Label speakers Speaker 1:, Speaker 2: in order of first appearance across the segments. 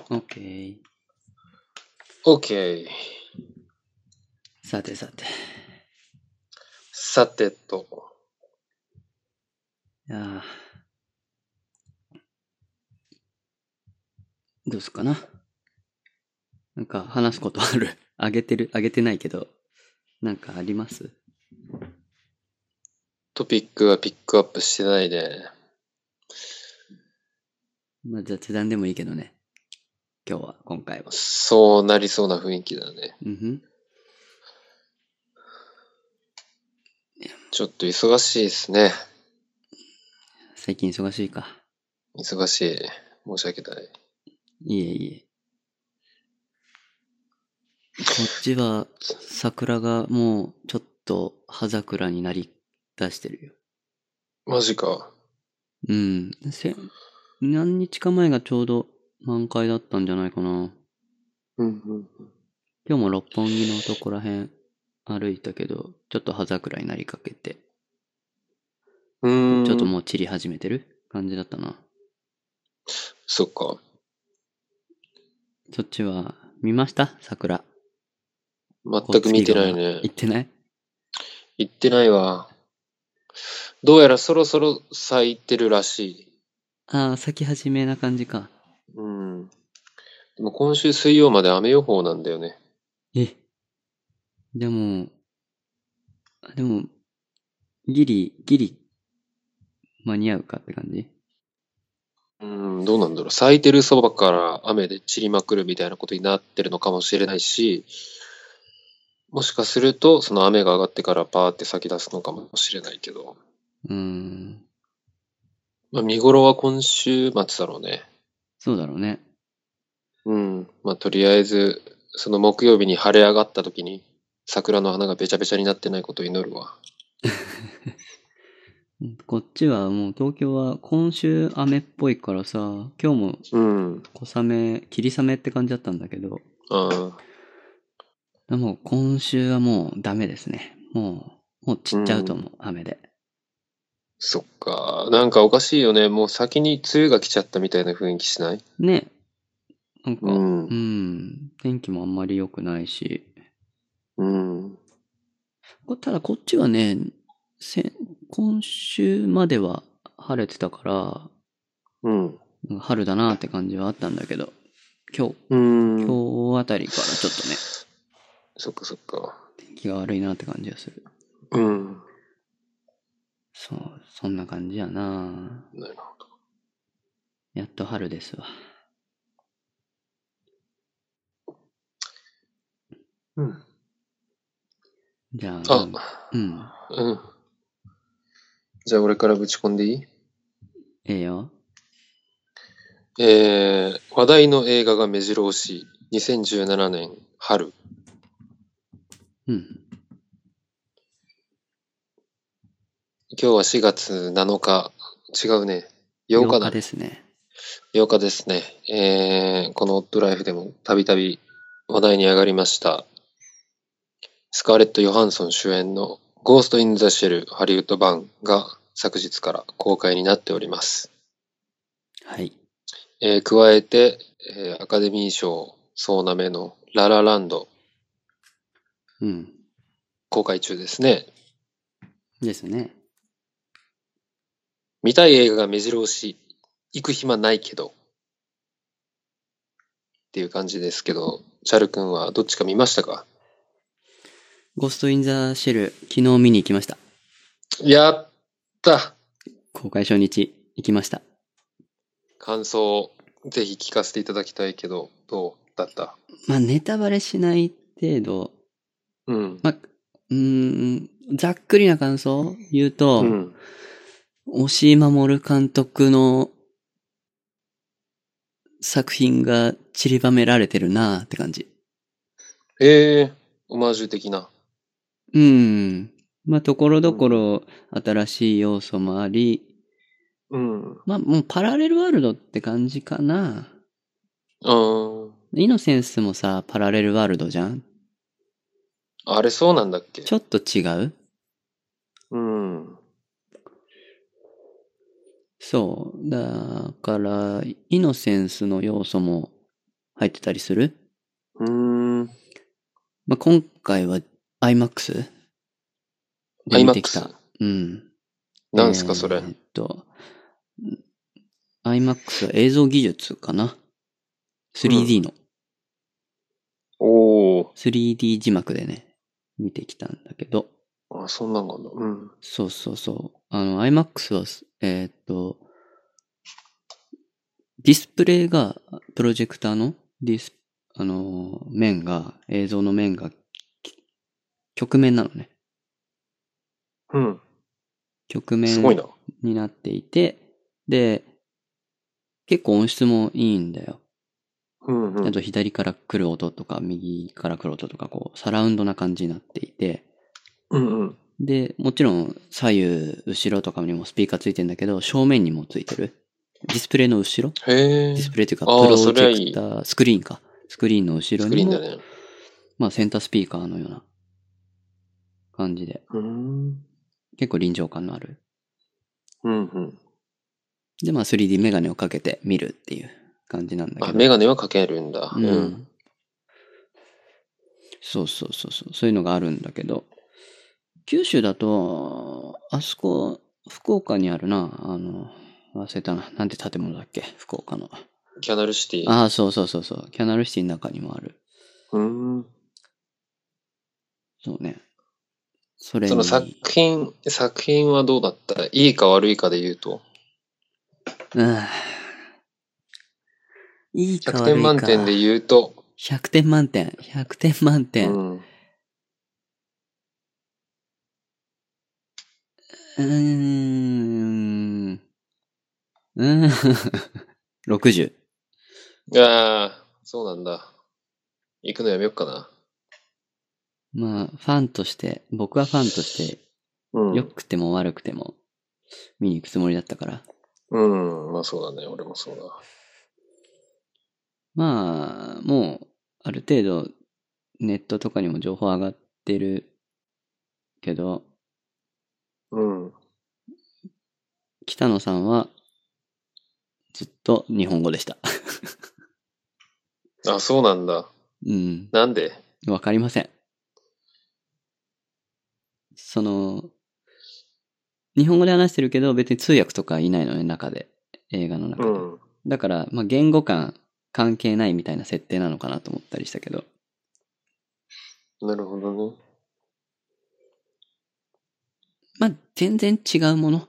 Speaker 1: OK。
Speaker 2: OK。
Speaker 1: さてさて。
Speaker 2: さてと。
Speaker 1: いやどうすかな。なんか話すことあるあげてないけど、なんかあります？
Speaker 2: トピックはピックアップしてないで。
Speaker 1: まあ雑談でもいいけどね。今回は。
Speaker 2: そうなりそうな雰囲気だね。
Speaker 1: うんふん。
Speaker 2: ちょっと忙しいですね。
Speaker 1: 最近忙しいか。
Speaker 2: 忙しい。申し訳ない。
Speaker 1: いえいえ。こっちは桜がもうちょっと葉桜になり出してるよ。
Speaker 2: マジか。
Speaker 1: うん。何日か前がちょうど満開だったんじゃないかな。
Speaker 2: うんうん。
Speaker 1: 今日も六本木のとこらへん歩いたけど、ちょっと葉桜になりかけて、ちょっともう散り始めてる感じだったな。
Speaker 2: そっか。
Speaker 1: そっちは見ました桜。
Speaker 2: 全く見てないね。
Speaker 1: 行ってない？
Speaker 2: 行ってないわ。どうやらそろそろ咲いてるらしい。
Speaker 1: ああ、咲き始めな感じか。
Speaker 2: うん。でも今週水曜まで雨予報なんだよね。
Speaker 1: え、でも、でも、ギリ間に合うかって感じ？
Speaker 2: うん、どうなんだろう。咲いてるそばから雨で散りまくるみたいなことになってるのかもしれないし、もしかするとその雨が上がってからパーって咲き出すのかもしれないけど、
Speaker 1: ん。
Speaker 2: まあ見頃は今週末だろうね。
Speaker 1: そうだろうね。
Speaker 2: うん。まあとりあえず、その木曜日に晴れ上がった時に桜の花がべちゃべちゃになってないことを祈るわ。
Speaker 1: こっちはもう東京は今週雨っぽいからさ、今日も
Speaker 2: うん。
Speaker 1: 霧雨って感じだったんだけど、
Speaker 2: ああ、
Speaker 1: もう今週はもうダメですね。もう散っちゃうと
Speaker 2: うん。
Speaker 1: 思う、雨で。
Speaker 2: そっか。なんかおかしいよね。もう先に梅雨が来ちゃったみたいな雰囲気しない？
Speaker 1: ね、なんか、
Speaker 2: うん。
Speaker 1: 天気もあんまり良くないし。
Speaker 2: うん。
Speaker 1: ただこっちはね、今週までは晴れてたか
Speaker 2: うん。
Speaker 1: ら、春だなって感じはあったんだけど、今日、
Speaker 2: うん。
Speaker 1: 今日あたりからちょっとね、
Speaker 2: そっかそっか。
Speaker 1: 天気が悪いなって感じがする。
Speaker 2: うん。
Speaker 1: そう、そんな感じやな。
Speaker 2: なるほど。
Speaker 1: やっと春ですわ。
Speaker 2: うん。
Speaker 1: じゃあ、
Speaker 2: あ、
Speaker 1: うん。
Speaker 2: うん。じゃあ俺からぶち込んでいい？
Speaker 1: ええよ。
Speaker 2: 話題の映画が目白押し。2017年春。
Speaker 1: うん。
Speaker 2: 今日は4月7日。違うね。8
Speaker 1: 8日
Speaker 2: 日だね。
Speaker 1: ですね。
Speaker 2: 8日ですね。このオッドライフでもたびたび話題に上がりました。スカーレット・ヨハンソン主演のゴースト・イン・ザ・シェルハリウッド版が昨日から公開になっております。
Speaker 1: はい。
Speaker 2: 加えて、アカデミー賞総なめのララランド
Speaker 1: うん。
Speaker 2: 公開中ですね。
Speaker 1: ですね。
Speaker 2: 見たい映画が目白押し、行く暇ないけどっていう感じですけど、チャル君はどっちか見ましたか？
Speaker 1: ゴーストインザシェル、昨日見に行きました。
Speaker 2: やった
Speaker 1: 公開初日行きました。
Speaker 2: 感想、ぜひ聞かせていただきたいけど、どうだった？
Speaker 1: まあ、ネタバレしない程度、
Speaker 2: うん。
Speaker 1: まあ、ざっくりな感想言うと、
Speaker 2: うん。
Speaker 1: 押井守監督の作品が散りばめられてるなって感じ。
Speaker 2: オマージュ的な。
Speaker 1: まあ、ところ
Speaker 2: うん。
Speaker 1: どころ新しい要素もあり、
Speaker 2: うん。
Speaker 1: まあ、もうパラレルワールドって感じかな。
Speaker 2: あー、
Speaker 1: イノセンスもさ、パラレルワールドじゃん。
Speaker 2: あれそうなんだっけ？
Speaker 1: ちょっと違う？
Speaker 2: うん。
Speaker 1: そう。だから、イノセンスの要素も入ってたりする。
Speaker 2: ま
Speaker 1: あ、今回は IMAX で見てきた。うん。
Speaker 2: なんすかそれ。
Speaker 1: IMAX は映像技術かな。3D の。3D 字幕でね、見てきたんだけど。
Speaker 2: あ、そんなんがあるの。
Speaker 1: そうそうそう。IMAX は、ディスプレイが、プロジェクターの面が、映像の面が、曲面なのね。曲面になっていて、で、結構音質もいいんだよ。あと左から来る音とか、右から来る音とか、こう、サラウンドな感じになっていて、で、もちろん左右、後ろとかにもスピーカーついてんだけど、正面にもついてる。ディスプレイの後ろディスプレイというか、プロジェクター、スクリーンか。スクリーンの後ろにも、まあセンタースピーカーのような感じで。結構臨場感のある。で、まあ 3D メガネをかけて見るっていう感じなんだけど。
Speaker 2: あ、メガネはかけるんだ。
Speaker 1: そうそうそうそう。そういうのがあるんだけど、九州だと、あそこ、福岡にあるな、忘れたな。なんて建物だっけ福岡の。
Speaker 2: キャナルシティ。
Speaker 1: ああ、そうそうそうそう。キャナルシティの中にもある。そうね。その
Speaker 2: 作品はどうだった？いいか悪いかで言うと。
Speaker 1: いいか悪いか。
Speaker 2: 100点満点で言うと。
Speaker 1: 100点満点。100点満点。60。
Speaker 2: ああ、そうなんだ。行くのやめよっかな。
Speaker 1: まあ、ファンとして、僕はファンとして、良くても悪くても、見に行くつもりだったから。
Speaker 2: まあそうだね。俺もそうだ。
Speaker 1: まあ、もう、ある程度、ネットとかにも情報上がってるけど、北野さんは、ずっと日本語でした。
Speaker 2: あ、そうなんだ。なんで？
Speaker 1: わかりません。日本語で話してるけど、別に通訳とかいないのね、中で。映画の中で。だから、まあ、言語感関係ないみたいな設定なのかなと思ったりしたけど。
Speaker 2: なるほどね。
Speaker 1: まあ、全然違うもの。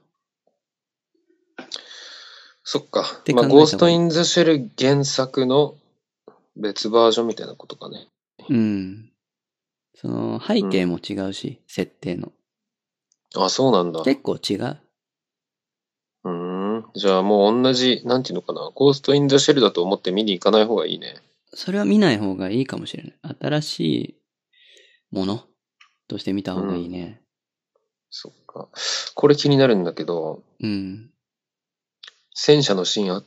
Speaker 2: そっか。まあ、ゴースト・イン・ザ・シェル原作の別バージョンみたいなことかね。
Speaker 1: 背景も違うし、設定の。
Speaker 2: あ、そうなんだ。
Speaker 1: 結構違う。
Speaker 2: じゃあもう同じ、なんていうのかな。ゴースト・イン・ザ・シェルだと思って見に行かない方がいいね。
Speaker 1: それは見ない方がいいかもしれない。新しいものとして見た方がいいね。
Speaker 2: そっか。これ気になるんだけど。戦車のシーンあった？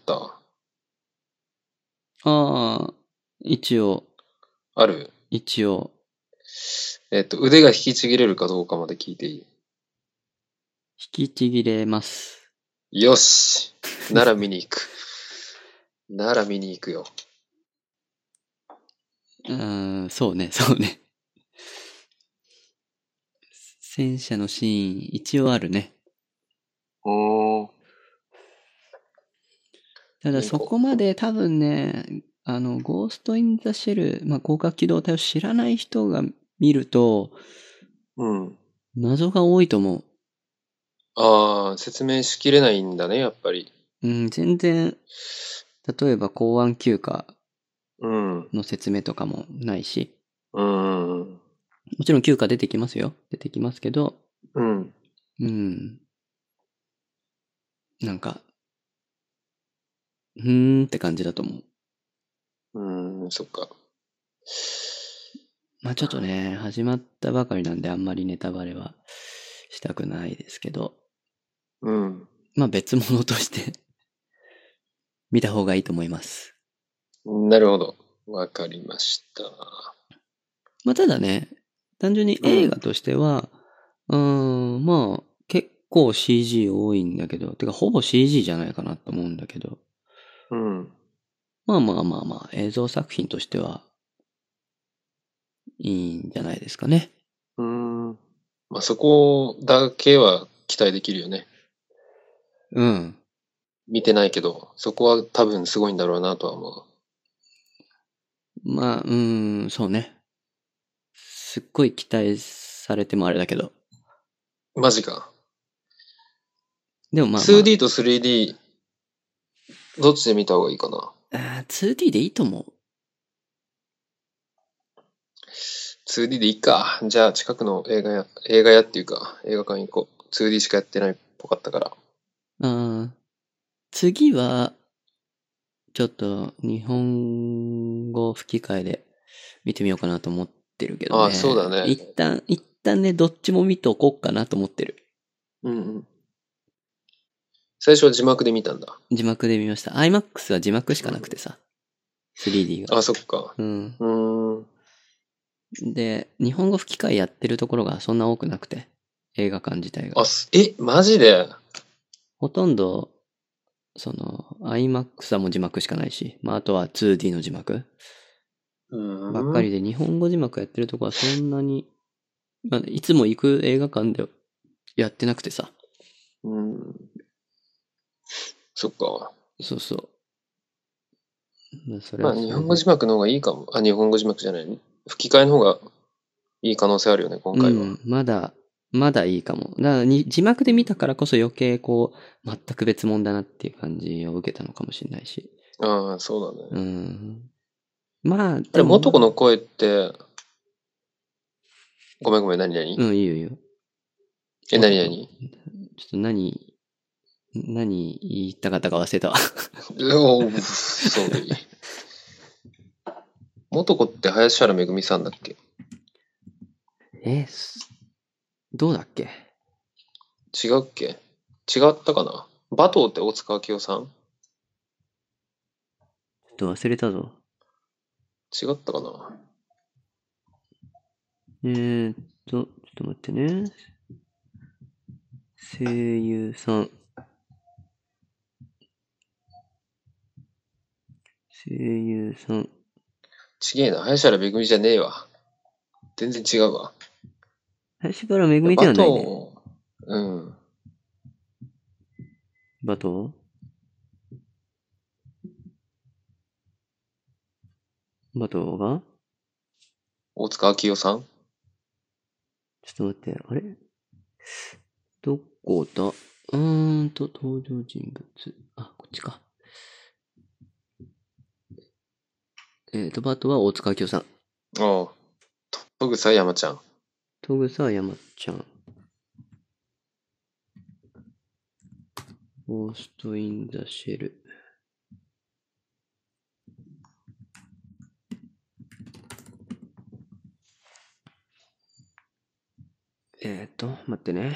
Speaker 1: ああ、一応。
Speaker 2: ある？
Speaker 1: 一応。
Speaker 2: 腕が引きちぎれるかどうかまで聞いていい？引
Speaker 1: きちぎれます。
Speaker 2: よし。なら見に行く。なら見に行くよ。
Speaker 1: そうね、そうね。戦車のシーン、一応あるね。ただそこまで多分ね、ゴースト・イン・ザ・シェル、まあ、広角機動隊を知らない人が見ると、謎が多いと思う。
Speaker 2: ああ、説明しきれないんだね、やっぱり。
Speaker 1: 全然、例えば公安休暇の説明とかもないし。もちろん休暇出てきますよ。出てきますけど、なんか、って感じだと思
Speaker 2: う。そっか。
Speaker 1: まあちょっとね、始まったばかりなんであんまりネタバレはしたくないですけど。まあ別物として見た方がいいと思います。
Speaker 2: なるほど。わかりました。
Speaker 1: まあただね、単純に映画としては、まあ結構 CG 多いんだけど、てかほぼ CG じゃないかなと思うんだけど。 まあまあまあまあ、映像作品としてはいいんじゃないですかね。
Speaker 2: まあそこだけは期待できるよね。
Speaker 1: うん。
Speaker 2: 見てないけど、そこは多分すごいんだろうなとは思
Speaker 1: まあ、そうね。すっごい期待されてもあれだけど。
Speaker 2: う。マジか。
Speaker 1: でもまあま
Speaker 2: 2D と 3D、どっちで見た方がいいかな。
Speaker 1: 2D でいいと思う。
Speaker 2: 2D でいいか。じゃあ近くの映画屋っていうか、映画館行こう。2D しかやってないっぽかったから。
Speaker 1: 次は、ちょっと日本語吹き替えで見てみようかなと思ってるけど
Speaker 2: ああ、そうだ
Speaker 1: ね。
Speaker 2: ね。
Speaker 1: 一旦ね、どっちも見とこうかなと思ってる。
Speaker 2: うんうん。最初は字幕で見たんだ。
Speaker 1: 字幕で見ました。IMAX は字幕しかなくてさ。3D が。
Speaker 2: あ、そっか。
Speaker 1: うん。
Speaker 2: うーん。
Speaker 1: で、日本語吹き替えやってるところがそんな多くなくて。映画館自体が。
Speaker 2: マジで
Speaker 1: ほとんど、IMAX はもう字幕しかないし、まあ、あとは 2D の字幕ばっかりで、日本語字幕やってるとこはそんなに、まあ、いつも行く映画館でやってなくてさ。
Speaker 2: そっか。
Speaker 1: そうそう。それ
Speaker 2: まあ、
Speaker 1: はそれで
Speaker 2: 日本語字幕の方がいいかも。あ、日本語字幕じゃない。吹き替えの方がいい可能性あるよね、今回は。
Speaker 1: まだいいかも。だから字幕で見たからこそ余計全く別物だなっていう感じを受けたのかもしれないし。
Speaker 2: ああ、そうだね。
Speaker 1: まあ、
Speaker 2: あれ、元子の声って、ごめん、何々
Speaker 1: いいよいいよ。
Speaker 2: 何々
Speaker 1: ちょっと何言いたかったか忘れたわ。
Speaker 2: そう。元子って林原めぐみさんだっけ？
Speaker 1: どうだっけ？
Speaker 2: 違うっけ？違ったかな？馬頭って大塚明夫さん？
Speaker 1: ちょっと忘れたぞ。
Speaker 2: 違ったかな？
Speaker 1: ちょっと待ってね。声優さん。
Speaker 2: ちげえな。林原めぐみじゃねえわ。全然違うわ。
Speaker 1: 林原めぐみではないね。
Speaker 2: うん。
Speaker 1: 馬頭が
Speaker 2: 大塚明夫さん？
Speaker 1: ちょっと待って、あれどこだ登場人物。あ、こっちか。バトは大塚明夫さん。
Speaker 2: ああ。戸草山ちゃん。
Speaker 1: 戸草山ちゃん。ゴースト・イン・ザ・シェル。待ってね。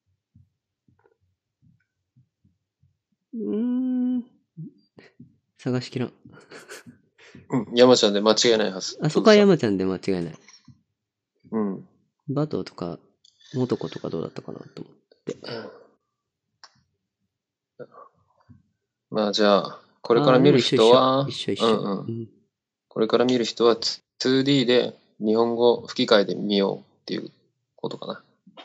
Speaker 1: 探しきらん。
Speaker 2: うん、山ちゃんで間違いないはず。
Speaker 1: あそこは山ちゃんで間違いない。
Speaker 2: うん。
Speaker 1: バトとか、元子とかどうだったかなと思って。
Speaker 2: まあじゃあ、これから見る人は、
Speaker 1: 一緒。
Speaker 2: これから見る人は 2D で日本語吹き替えで見ようっていうことかな。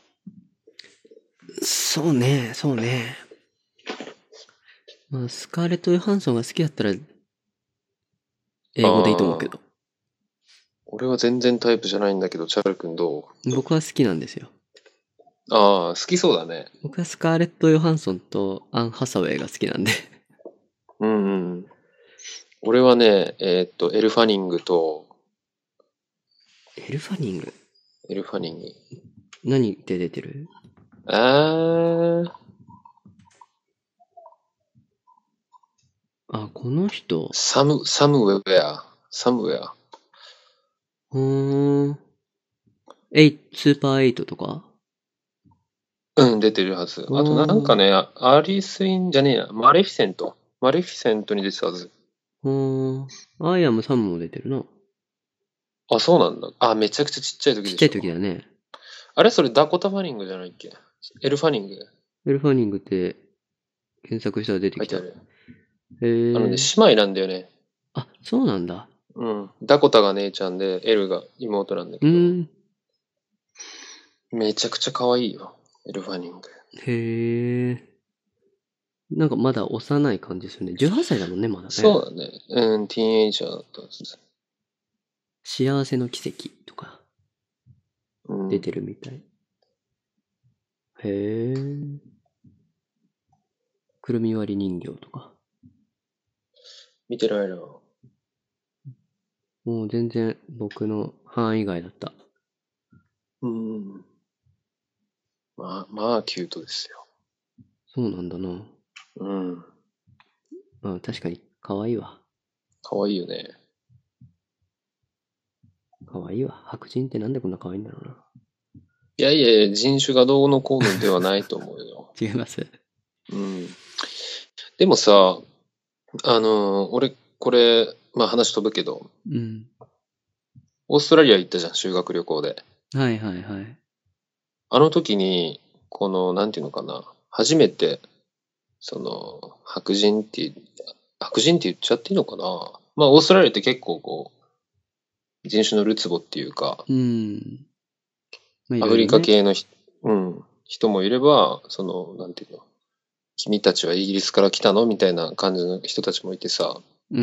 Speaker 1: そうね。まあ、スカーレット・ヨハンソンが好きだったら、英語でいいと思うけど。
Speaker 2: 俺は全然タイプじゃないんだけど、チャール君ど
Speaker 1: う？僕は好きなんですよ。
Speaker 2: ああ、好きそうだね。
Speaker 1: 僕はスカーレット・ヨハンソンとアン・ハサウェイが好きなんで。
Speaker 2: 俺はね、エル・ファニングと、
Speaker 1: エルファニング何で出てる？あ、この人。
Speaker 2: サムウェア。
Speaker 1: スーパー8とか？
Speaker 2: うん、出てるはず。あとなんかね、アリスインじゃねえな、マレフィセントに出てたはず。
Speaker 1: アイアムサムも出てるな。
Speaker 2: あ、そうなんだ。あ、めちゃくちゃちっちゃい時でしょ。
Speaker 1: ちっちゃい時だね。
Speaker 2: あれそれダコタ・ファニングじゃないっけ？エル・ファニング。
Speaker 1: エルファニングって検索したら出てきた。
Speaker 2: 書いてある。姉妹なんだよね。
Speaker 1: そうなんだ。
Speaker 2: うん。ダコタが姉ちゃんで、エルが妹なんだけど、めちゃくちゃ可愛いよ、エル・ファニング。
Speaker 1: へえ。なんかまだ幼い感じするね。18歳だもんね、まだね。
Speaker 2: そうだね。うん、ティーンエイジャーだったんです。
Speaker 1: 幸せの奇跡とか出てるみたい。へえ。くるみ割り人形とか。
Speaker 2: 見てないな。
Speaker 1: もう全然僕の範囲外だった。
Speaker 2: まあ、キュートですよ。
Speaker 1: そうなんだな。確かに可愛いわ。
Speaker 2: 可愛いよね。
Speaker 1: 可愛いわ。白人ってなんでこんな可愛いんだろうな。
Speaker 2: いやいや、人種がどうのこうのではないと思うよ。
Speaker 1: 違います。
Speaker 2: でもさ、俺、これ、まあ話飛ぶけど、オーストラリア行ったじゃん、修学旅行で。
Speaker 1: はいはいはい。
Speaker 2: あの時に、なんていうのかな、初めて、白人って言っちゃっていいのかな。まあ、オーストラリアって結構人種のるつぼっていうか、アフリカ系の人もいれば、なんていうの、君たちはイギリスから来たのみたいな感じの人たちもいてさ、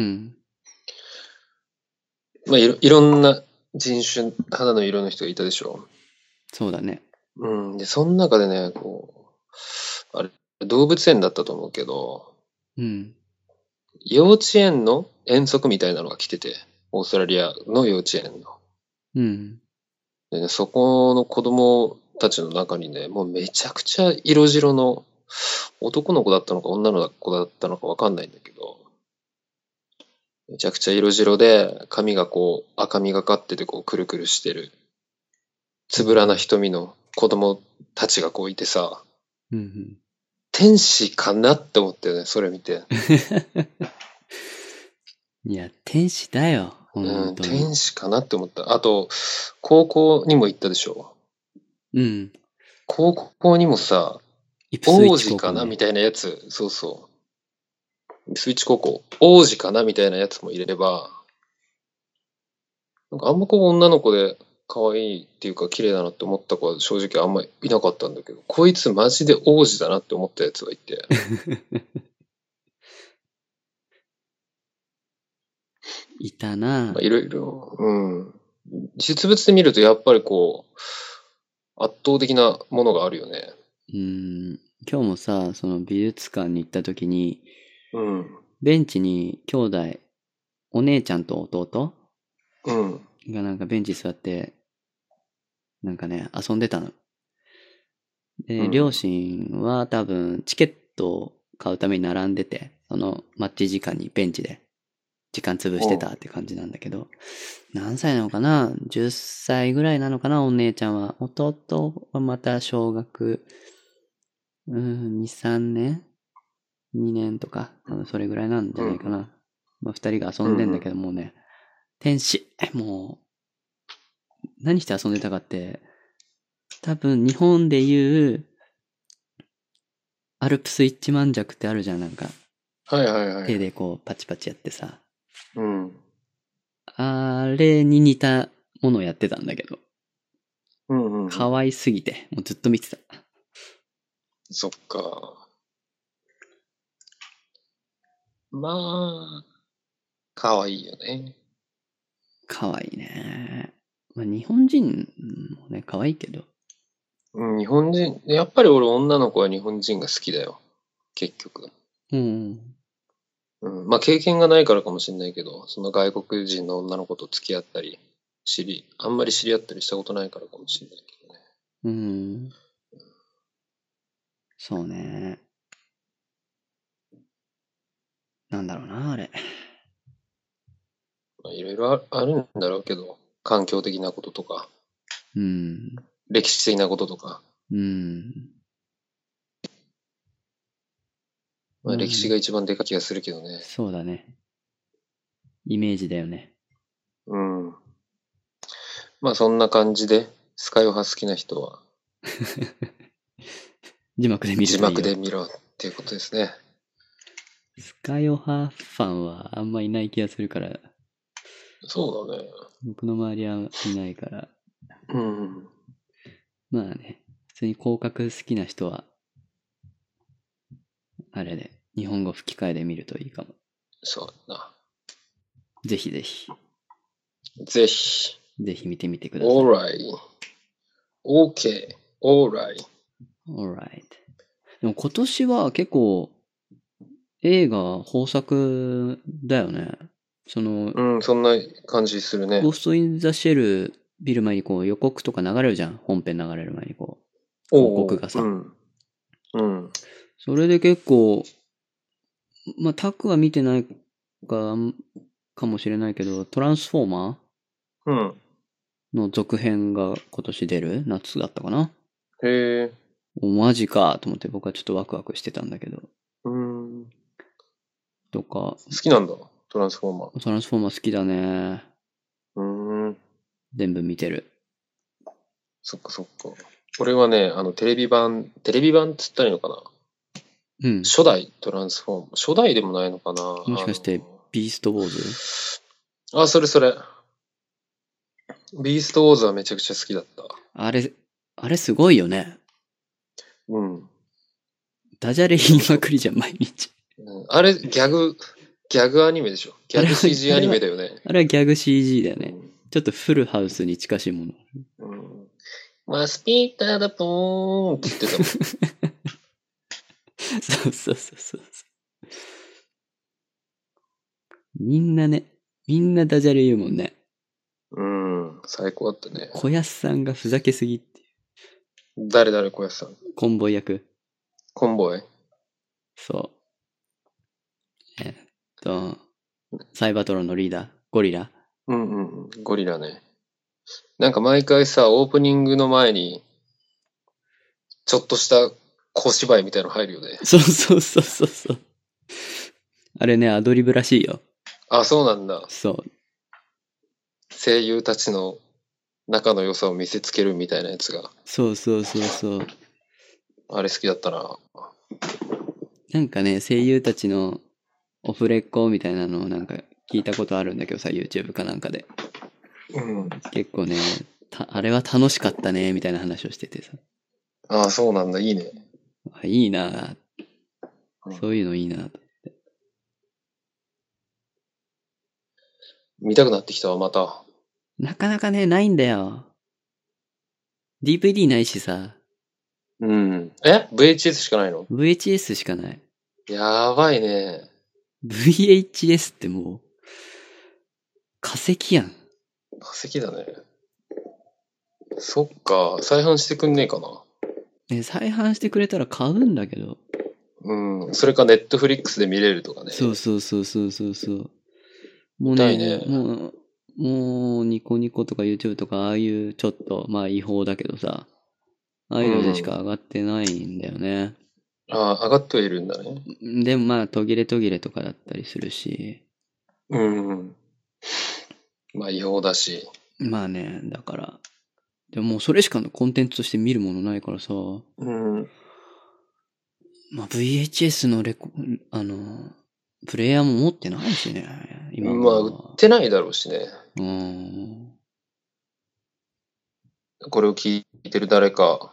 Speaker 2: まあ、いろんな人種、肌の色の人がいたでしょ。
Speaker 1: そうだね。
Speaker 2: で、その中でね、あれ、動物園だったと思うけど、幼稚園の遠足みたいなのが来てて、オーストラリアの幼稚園の。でね、そこの子供たちの中にね、もうめちゃくちゃ色白の男の子だったのか女の子だったのかわかんないんだけど、めちゃくちゃ色白で、髪が赤みがかっててくるくるしてる、つぶらな瞳の子供たちがいてさ、天使かなって思ったよね、それ見て。
Speaker 1: いや、天使だよ。本当に。
Speaker 2: 天使かなって思った。あと、高校にも行ったでしょ。高校にもさ、王子かなみたいなやつ、そうそう。スイッチ高校、王子かなみたいなやつもいれば、なんかあんま女の子で可愛いっていうか綺麗だなって思った子は正直あんまいなかったんだけど、こいつマジで王子だなって思ったやつがいて。
Speaker 1: いたな。
Speaker 2: いろいろ、実物で見るとやっぱり圧倒的なものがあるよね。
Speaker 1: 今日もさ、その美術館に行った時に、ベンチに兄弟、お姉ちゃんと弟がなんかベンチ座って、なんかね、遊んでたの。で、両親は多分チケットを買うために並んでて、そのマッチ時間にベンチで時間潰してたって感じなんだけど、何歳なのかな ?10 歳ぐらいなのかなお姉ちゃんは。弟はまた小学、2、3年 ?2 年とか、多分それぐらいなんじゃないかな。まあ、2人が遊んでんだけどもうね、天使、もう、何して遊んでたかって、多分日本で言う、アルプス一万尺ってあるじゃん、なんか。
Speaker 2: はいはいはい。
Speaker 1: 手でパチパチやってさ。
Speaker 2: うん。
Speaker 1: あれに似たものをやってたんだけど。
Speaker 2: うん。
Speaker 1: 可愛すぎて、もうずっと見てた。
Speaker 2: そっか。まあ、可愛いよね。
Speaker 1: 可愛いね。まあ日本人もね、可愛いけど。
Speaker 2: 日本人、やっぱり俺女の子は日本人が好きだよ。結局。まあ経験がないからかもしれないけど、その外国人の女の子と付き合ったり、あんまり知り合ったりしたことないからかもしれないけどね。
Speaker 1: そうね。なんだろうな、あれ。
Speaker 2: まあいろいろあるんだろうけど、環境的なこととか、歴史的なこととか。まあ歴史が一番でかい気がするけどね。
Speaker 1: そうだね。イメージだよね。
Speaker 2: まあそんな感じで、スカイオハ好きな人は、
Speaker 1: 字幕で見るといいよ。
Speaker 2: 字幕で見ろっていうことですね。
Speaker 1: スカヨハファンはあんまいない気がするから。
Speaker 2: そうだね。
Speaker 1: 僕の周りはいないから。
Speaker 2: うん。
Speaker 1: まあね、普通に広角好きな人は、あれで、日本語吹き替えで見るといいかも。
Speaker 2: そうだな。
Speaker 1: ぜひぜひ。
Speaker 2: ぜひ。
Speaker 1: ぜひ見てみてください。
Speaker 2: alright. okay. alright.
Speaker 1: alright. でも今年は結構、映画豊作だよね。
Speaker 2: うん、そんな感じするね。
Speaker 1: ゴースト・イン・ザ・シェル見る前にこう予告とか流れるじゃん。本編流れる前にこう。広告がさ。
Speaker 2: うん。うん。
Speaker 1: それで結構、まあ、タクは見てないかもしれないけど、トランスフォーマ
Speaker 2: ー
Speaker 1: の続編が今年出る夏だったかな。
Speaker 2: へえ。
Speaker 1: マジかと思って僕はちょっとワクワクしてたんだけど。とか。好
Speaker 2: きなんだ、トランスフォーマー。
Speaker 1: トランスフォーマー好きだね。全部見てる。
Speaker 2: そっかそっか。俺はね、テレビ版っつったらいいのかな。うん。初代トランスフォーマー。初代でもないのかな。
Speaker 1: もしかして、ビーストウォーズ？
Speaker 2: あ、それ。ビーストウォーズはめちゃくちゃ好きだった。
Speaker 1: あれすごいよね。
Speaker 2: うん。
Speaker 1: ダジャレ言いまくりじゃん、毎日。
Speaker 2: あれ、ギャグアニメでしょ。ギャグ CG アニメだよね。
Speaker 1: あれはギャグ CG だよね。ちょっとフルハウスに近しいもの。
Speaker 2: マスピーターだポーンって言ってたもん。
Speaker 1: そう。みんなダジャレ言うもんね。
Speaker 2: 最高だったね。
Speaker 1: 小安さんがふざけすぎっていう。
Speaker 2: 誰小安さん？
Speaker 1: コンボイ役。
Speaker 2: コンボイ？
Speaker 1: そう。サイバトロンのリーダー、ゴリラ。
Speaker 2: ゴリラね。なんか毎回さ、オープニングの前に、ちょっとした小芝居みたいなの入るよね。
Speaker 1: そう。あれね、アドリブらしいよ。
Speaker 2: あ、そうなんだ。
Speaker 1: そう。
Speaker 2: 声優たちの仲の良さを見せつけるみたいなやつが。
Speaker 1: そう。
Speaker 2: あれ好きだったな。
Speaker 1: なんかね、声優たちのオフレコみたいなのをなんか聞いたことあるんだけどさ、YouTube かなんかで。結構ね、あれは楽しかったね、みたいな話をしててさ。
Speaker 2: ああ、そうなんだ、いいね。
Speaker 1: いいなそういうのいいなと思って。
Speaker 2: 見たくなってきたわ、また。
Speaker 1: なかなかね、ないんだよ。DVD ないしさ。
Speaker 2: VHS しかないの？
Speaker 1: VHS しかない。
Speaker 2: やばいね。
Speaker 1: VHS ってもう、化石やん。
Speaker 2: 化石だね。そっか、再販してくんねえかな。
Speaker 1: 再販してくれたら買うんだけど。
Speaker 2: それかネットフリックスで見れるとかね。
Speaker 1: そう。もうね、もうニコニコとか YouTube とかああいうちょっと、まあ違法だけどさ、ああいうのでしか上がってないんだよね。
Speaker 2: ああ、上がってはいるんだね。
Speaker 1: でもまあ途切れとかだったりするし。
Speaker 2: まあ違法だし。
Speaker 1: まあね、だから。でももうそれしかのコンテンツとして見るものないからさ。まあ VHS のプレイヤーも持ってないしね、今は。
Speaker 2: まあ売ってないだろうしね。これを聞いてる誰か。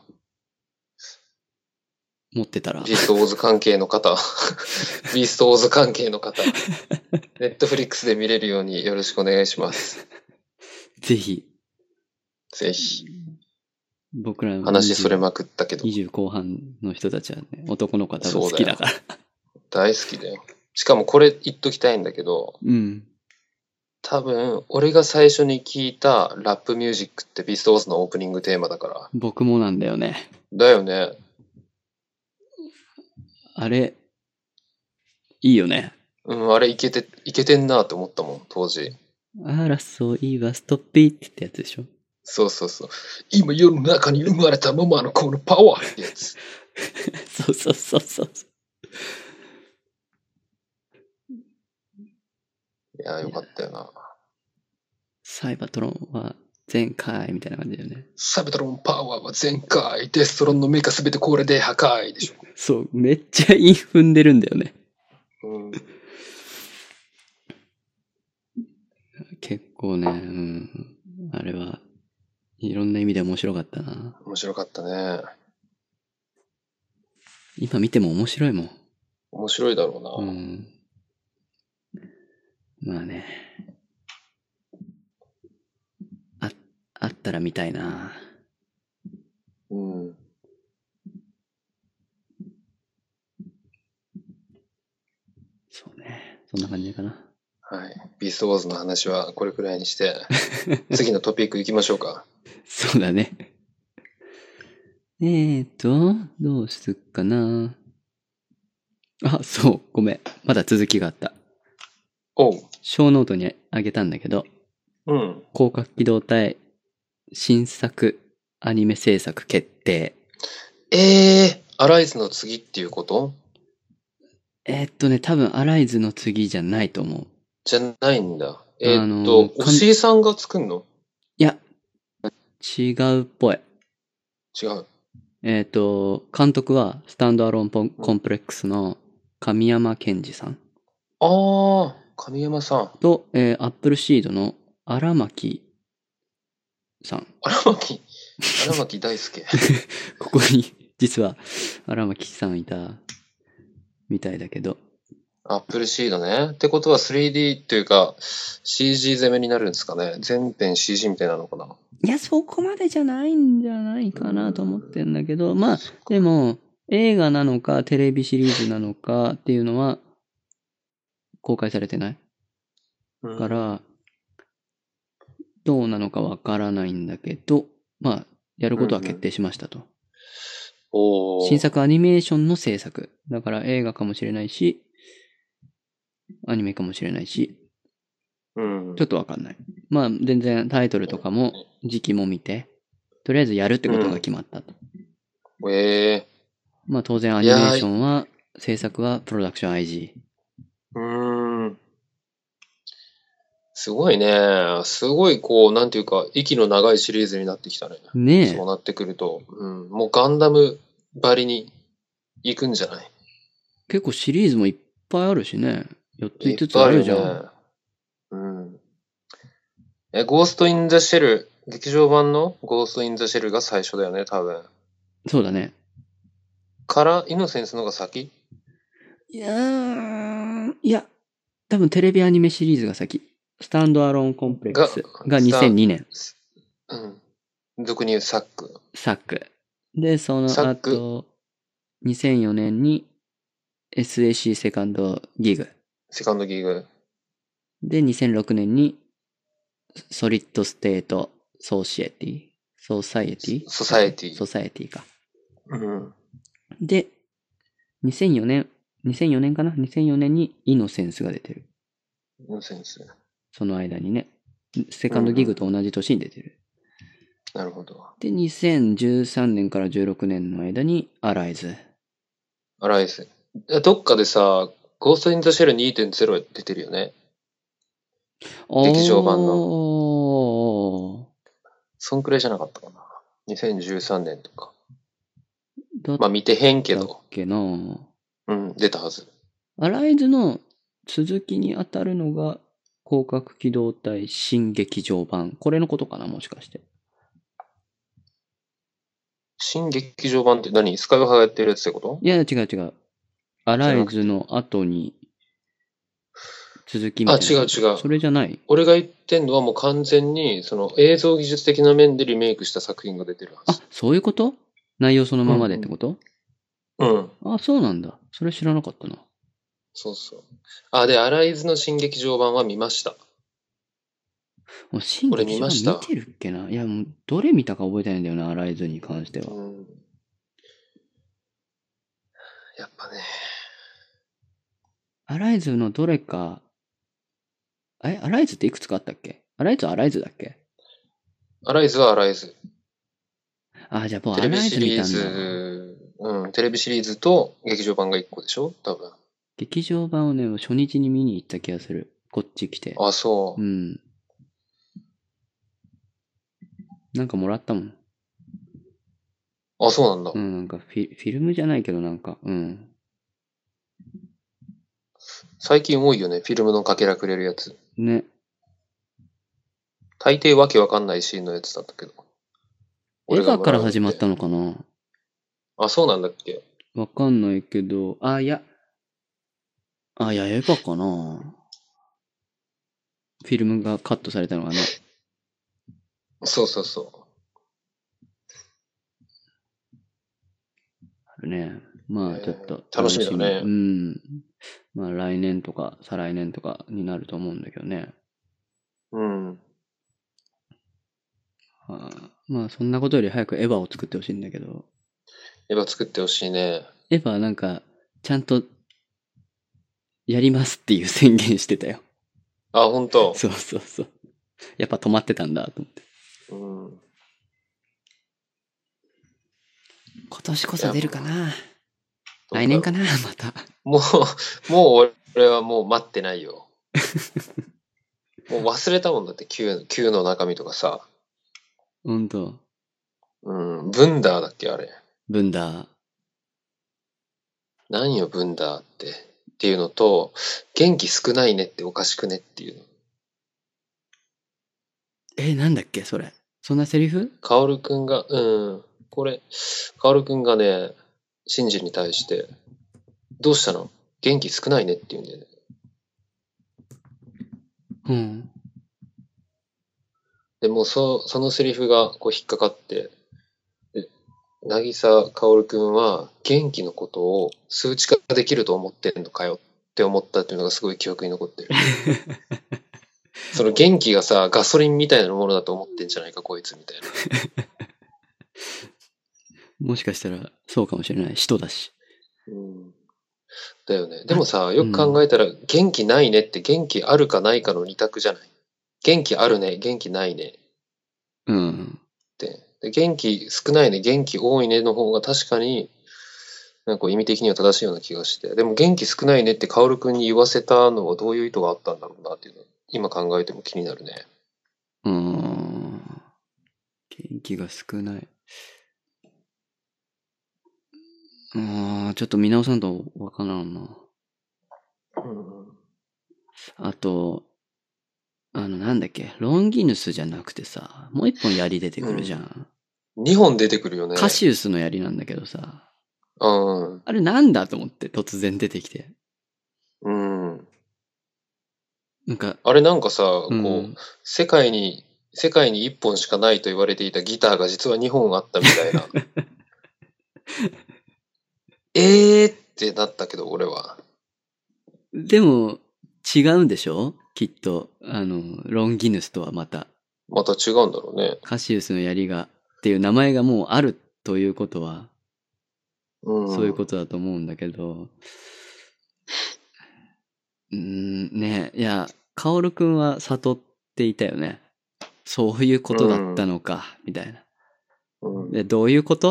Speaker 1: 持ってたら。
Speaker 2: ビーストウォーズ関係の方。ビーストウォーズ関係の方。ネットフリックスで見れるようによろしくお願いします。
Speaker 1: ぜひ。僕らの
Speaker 2: 話それまくったけど。
Speaker 1: 20後半の人たちはね、男の子は多分好きだから。
Speaker 2: 大好きだよ。しかもこれ言っときたいんだけど、多分、俺が最初に聞いたラップミュージックってビーストウォーズのオープニングテーマだから。
Speaker 1: 僕もなんだよね。
Speaker 2: だよね。
Speaker 1: あれ、いいよね。
Speaker 2: あれいけてんなって思ったもん、当時。
Speaker 1: 争いはストッピーってやつでしょ。
Speaker 2: そう。今世の中に生まれたままのこのパワーってやつ。
Speaker 1: そう。
Speaker 2: いや、よかったよな。
Speaker 1: サイバトロンは全開みたいな感じだよね。
Speaker 2: サイバトロンパワーは全開。デストロンのメカすべてこれで破壊でしょ。
Speaker 1: そう、めっちゃ韻踏んでるんだよね。
Speaker 2: うん。
Speaker 1: 結構ね、あれはいろんな意味で面白かったな。
Speaker 2: 面白かったね。
Speaker 1: 今見ても面白いもん。
Speaker 2: 面白いだろうな。
Speaker 1: まあね。あったら見たいな。
Speaker 2: うん。
Speaker 1: そうね。そんな感じかな。
Speaker 2: はい。ビーストウォーズの話はこれくらいにして、次のトピック行きましょうか。
Speaker 1: そうだね。どうすっかな。あ、そう、ごめん。まだ続きがあった。
Speaker 2: おう。
Speaker 1: 小ノートにあげたんだけど、
Speaker 2: うん。
Speaker 1: 広角機動隊新作アニメ制作決定。
Speaker 2: アライズの次っていうこと？
Speaker 1: 多分アライズの次じゃないと思う。
Speaker 2: じゃないんだ。お
Speaker 1: かん
Speaker 2: しいさんが作んの？
Speaker 1: いや、違うっぽい。
Speaker 2: 違う。
Speaker 1: 監督はスタンドアローンコンプレックスの神山健二さん
Speaker 2: ああ、神山さん。
Speaker 1: と、アップルシードの荒牧さん。
Speaker 2: 荒牧大輔。
Speaker 1: ここに実は荒牧さんいたみたいだけど。
Speaker 2: アップルシードね。ってことは 3D っていうか CG 攻めになるんですかね。全編 CG みたいなのかな。
Speaker 1: いや、そこまでじゃないんじゃないかなと思ってんだけど、まあ、でも、映画なのかテレビシリーズなのかっていうのは公開されてないから、どうなのかわからないんだけど、まあ、やることは決定しましたと。新作アニメーションの制作。だから映画かもしれないし、アニメかもしれないし、ちょっとわかんない。まあ、全然タイトルとかも時期も見て、とりあえずやるってことが決まったと。まあ当然アニメーションは、制作はプロダクション IG。
Speaker 2: すごいね。すごいこう、なんていうか、息の長いシリーズになってきたね。
Speaker 1: ねえ。
Speaker 2: そうなってくると、もうガンダムばりに行くんじゃない？
Speaker 1: 結構シリーズもいっぱいあるしね。4つ5つ
Speaker 2: ある
Speaker 1: あるじゃん。
Speaker 2: ね。ゴースト・イン・ザ・シェル、劇場版のゴースト・イン・ザ・シェルが最初だよね、多分。
Speaker 1: そうだね。
Speaker 2: から、イノセンスのが先？
Speaker 1: いや、多分テレビアニメシリーズが先。スタンドアローンコンプレックスが2002年。
Speaker 2: 俗に言うサック。
Speaker 1: サック。で、その後、2004年に SAC セカンドギグ。
Speaker 2: セカンドギグ。
Speaker 1: で、2006年にソリッドステートソサイエティソサイエティか。で、2004年かな ?2004 年にイノセンスが出てる。
Speaker 2: イノセンス。
Speaker 1: その間にね。セカンドギグと同じ年に出てる。
Speaker 2: なるほど。
Speaker 1: で、2013年から16年の間にアライズ。
Speaker 2: どっかでさ、ゴースト・イン・ザ・シェル 2.0 出てるよね。劇場版の。そんくらいじゃなかったかな。2013年とか。まあ見てへんけど。
Speaker 1: だっけな。
Speaker 2: 出たはず。
Speaker 1: アライズの続きに当たるのが広角機動隊新劇場版。これのことかな、もしかして。
Speaker 2: 新劇場版って何？スカイワハがやってるやつってこと？
Speaker 1: いや、違う。アライズの後に続きみたいな。
Speaker 2: 違う。
Speaker 1: それじゃない？
Speaker 2: 俺が言ってんのはもう完全に、その映像技術的な面でリメイクした作品が出てるはず。
Speaker 1: そういうこと？内容そのままでってこと？そうなんだ。それ知らなかったな。
Speaker 2: そうそう。で、アライズの新劇場版は見ました。
Speaker 1: 新劇場版見てるっけな？いや、もう、どれ見たか覚えてないんだよな、アライズに関しては。
Speaker 2: やっぱね。
Speaker 1: アライズのどれか、アライズっていくつかあったっけ？アライズはアライズだっけ？
Speaker 2: アライズはアライズ。
Speaker 1: じゃあもうアライズ見たんだ。
Speaker 2: テレビシリーズと劇場版が1個でしょ？多分。
Speaker 1: 劇場版をね、初日に見に行った気がする。こっち来て。
Speaker 2: そう。
Speaker 1: なんかもらったもん。
Speaker 2: そうなんだ。
Speaker 1: なんかフィルムじゃないけどなんか、
Speaker 2: 最近多いよね、フィルムのかけらくれるやつ。
Speaker 1: ね。
Speaker 2: 大抵わけわかんないシーンのやつだったけど。
Speaker 1: エヴァから始まったのかな？
Speaker 2: あ、そうなんだっけ？
Speaker 1: わかんないけど、いや、エヴァかな？フィルムがカットされたのがね。
Speaker 2: そうそうそう。
Speaker 1: あるね。まあちょっと
Speaker 2: 楽しみだね。
Speaker 1: うん。まあ来年とか再来年とかになると思うんだけどね。
Speaker 2: うん。
Speaker 1: まあそんなことより早くエヴァを作ってほしいんだけど。
Speaker 2: エヴァ作ってほしいね。
Speaker 1: エヴァなんか、ちゃんと、やりますっていう宣言してたよ。
Speaker 2: あ、本当。
Speaker 1: そうそうそう。やっぱ止まってたんだと思って。
Speaker 2: うん。
Speaker 1: 今年こそ出るかな？来年かなまた。
Speaker 2: もう俺はもう待ってないよ。もう忘れたもんだって、Q の中身とかさ。
Speaker 1: ほんと。
Speaker 2: うん、ブンダーだっけあれ。
Speaker 1: ブンダー。
Speaker 2: 何よ、ブンダーっていうのと、元気少ないねっておかしくねっていうの。
Speaker 1: なんだっけそれ。そんなセリフ？
Speaker 2: カオルくんが、これ、カオルくんがね、シンジに対して、どうしたの？元気少ないねって言うんだよね。
Speaker 1: うん。
Speaker 2: でもそのセリフがこう引っかかって、渚カオルくんは元気のことを数値化できると思ってんのかよって思ったっていうのがすごい記憶に残ってる。その元気がさ、ガソリンみたいなものだと思ってんじゃないか、こいつみたいな。
Speaker 1: もしかしたらそうかもしれない。人だし。
Speaker 2: うん。だよね。でもさ、よく考えたら、元気ないねって元気あるかないかの二択じゃない。元気あるね、元気ないね。
Speaker 1: うん。
Speaker 2: で元気少ないね、元気多いねの方が確かに、なんか意味的には正しいような気がして。でも元気少ないねってカオルくんに言わせたのはどういう意図があったんだろうなっていうのは、今考えても気になるね。
Speaker 1: 元気が少ない。ちょっと見直さんとわからんな。あと、なんだっけ、ロンギヌスじゃなくてさ、もう一本槍出てくるじゃん。
Speaker 2: 2本出てくるよね。
Speaker 1: カシウスの槍なんだけどさ。
Speaker 2: うん。
Speaker 1: あれなんだと思って突然出てきて。
Speaker 2: うん。
Speaker 1: なんか。
Speaker 2: あれなんかさ、こう、世界に1本しかないと言われていたギターが実は2本あったみたいな。ってなったけど、俺は。
Speaker 1: でも、違うんでしょきっと。ロンギヌスとはまた。
Speaker 2: また違うんだろうね。
Speaker 1: カシウスの槍が、っていう名前がもうあるということは、そういうことだと思うんだけど、ねえ、いや、カオルくんは悟っていたよね。そういうことだったのか、みたいな。で、どういうこと？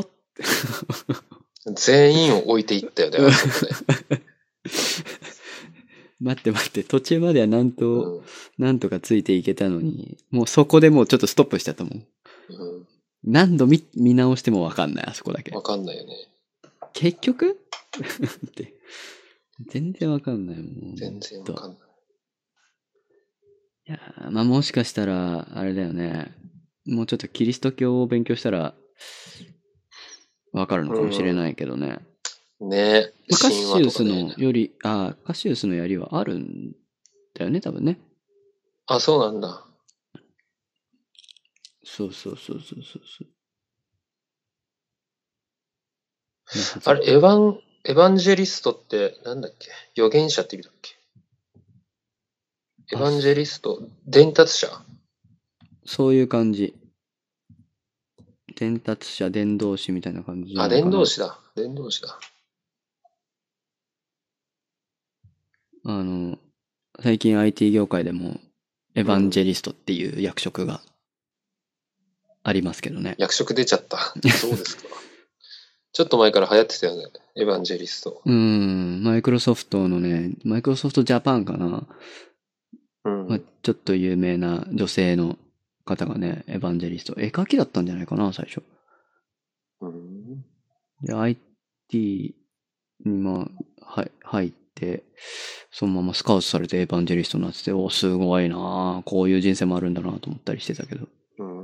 Speaker 2: 全員を置いていったよね、あそこで。
Speaker 1: 待って、途中まではなんとかついていけたのに、もうそこでもうちょっとストップしちゃったもん。何度見直してもわかんない、あそこだけ。
Speaker 2: わかんないよね。
Speaker 1: 結局って。全然わかんないもん。
Speaker 2: 全然わかんない。
Speaker 1: いやまあもしかしたら、あれだよね。もうちょっとキリスト教を勉強したら、わかるのかもしれないけどね。
Speaker 2: ね
Speaker 1: カシウスのより、カシウスの槍はあるんだよね、多分ね。
Speaker 2: あ、そうなんだ。
Speaker 1: そう。
Speaker 2: あれ、エヴァンジェリストってなんだっけ？預言者って意味だっけ？エヴァンジェリスト、伝達者？
Speaker 1: そういう感じ。伝達者、伝道師みたいな感じじゃないかな。
Speaker 2: 伝道師だ。
Speaker 1: 最近 IT 業界でも、エヴァンジェリストっていう役職がありますけどね。
Speaker 2: 役職出ちゃった。そうですか。ちょっと前から流行ってたよね。エヴァンジェリスト。
Speaker 1: マイクロソフトのね、マイクロソフトジャパンかな。ちょっと有名な女性の方がね、エヴァンジェリスト。絵描きだったんじゃないかな、最初。で、IT に入って、 そのままスカウトされてエヴァンジェリストになってて、お、すごいなぁ。こういう人生もあるんだなと思ったりしてたけど。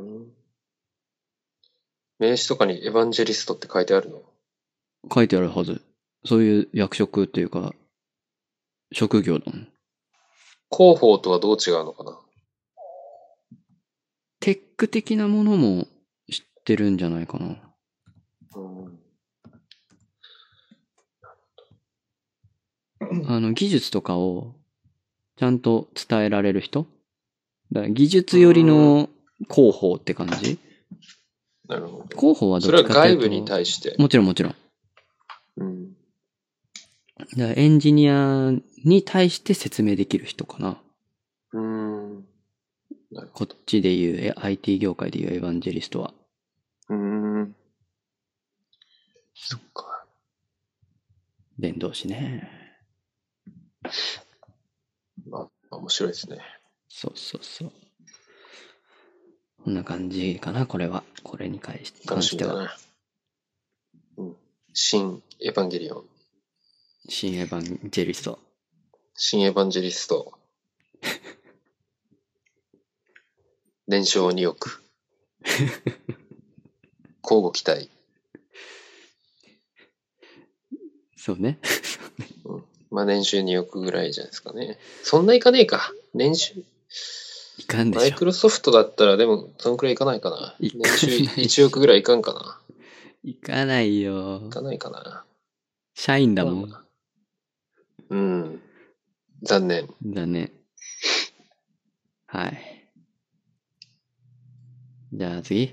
Speaker 2: 名刺とかにエヴァンジェリストって書いてあるの？
Speaker 1: 書いてあるはず。そういう役職っていうか、職業だもん。
Speaker 2: 広報とはどう違うのかな？
Speaker 1: テック的なものも知ってるんじゃないかな。技術とかをちゃんと伝えられる人？だから技術寄りの広報って感じ？
Speaker 2: なるほど。
Speaker 1: 広報はどっちかっていうと。
Speaker 2: それは外部に対して。
Speaker 1: もちろんもちろん。だからエンジニアに対して説明できる人かな。こっちで言う、IT 業界で言うエヴァンジェリストは。
Speaker 2: そっか。
Speaker 1: 伝道師ね。
Speaker 2: まあ、面白いですね。
Speaker 1: そうそうそう。こんな感じかな、これは。これに関しては。
Speaker 2: ね。新エヴァンゲリオン。
Speaker 1: 新エヴァンジェリスト。
Speaker 2: 新エヴァンジェリスト。年商2億。交互期待。
Speaker 1: そうね。
Speaker 2: まあ年収2億ぐらいじゃないですかね。そんないかねえか。年収。
Speaker 1: いかんでしょ。
Speaker 2: マイクロソフトだったらでもそのくらいいかないかな。年収1億ぐらいいかんかな。
Speaker 1: いかないよ。
Speaker 2: いかないかな。
Speaker 1: 社員だも
Speaker 2: ん。残念。
Speaker 1: 残念。はい。じゃあ次。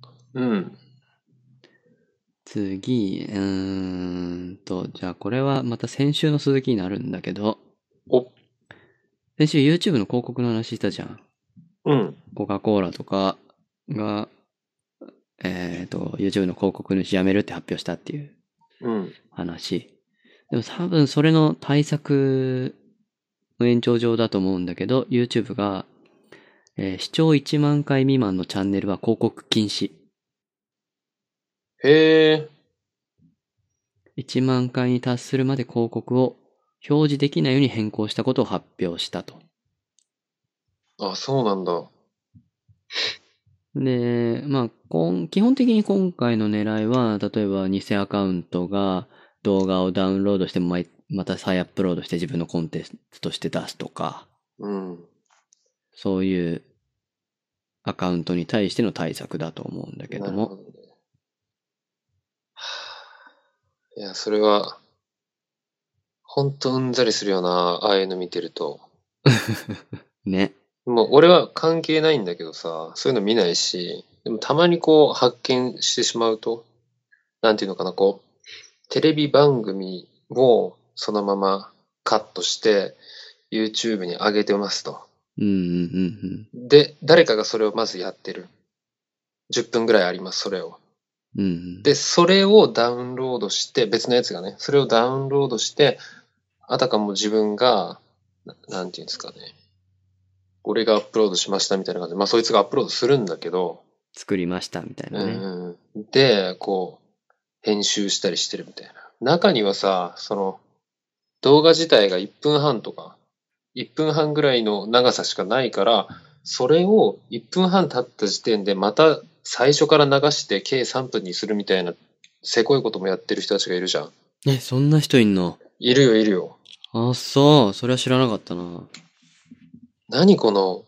Speaker 1: 次、じゃあこれはまた先週の続きになるんだけど。先週 YouTube の広告の話したじゃん。コカ・コーラとかが、YouTube の広告主辞めるって発表したっていう話。でも多分それの対策の延長上だと思うんだけど、YouTube が、視聴1万回未満のチャンネルは広告禁止。
Speaker 2: へー。
Speaker 1: 1万回に達するまで広告を表示できないように変更したことを発表したと。
Speaker 2: あ、そうなんだ。
Speaker 1: で、まあ、基本的に今回の狙いは、例えば偽アカウントが動画をダウンロードしてもまた再アップロードして自分のコンテンツとして出すとか、そういうアカウントに対しての対策だと思うんだけども。
Speaker 2: いや、それは、ほんとうんざりするよな、ああいうの見てると。
Speaker 1: ね。
Speaker 2: もう俺は関係ないんだけどさ、そういうの見ないし、でもたまにこう発見してしまうと、なんていうのかな、こう、テレビ番組をそのままカットして、YouTube に上げてますと。で、誰かがそれをまずやってる。10分ぐらいあります、それを。で、それをダウンロードして、別のやつがね、それをダウンロードして、あたかも自分が、なんていうんですかね。俺がアップロードしましたみたいな感じで、まあそいつがアップロードするんだけど。
Speaker 1: 作りましたみたいなね。
Speaker 2: で、こう、編集したりしてるみたいな。中にはさ、その、動画自体が1分半とか、1分半ぐらいの長さしかないから、それを1分半経った時点でまた最初から流して計3分にするみたいな、せこいこともやってる人たちがいるじゃん。
Speaker 1: そんな人いんの？
Speaker 2: いるよ、いるよ。
Speaker 1: あ、そう。それは知らなかったな。
Speaker 2: 何この、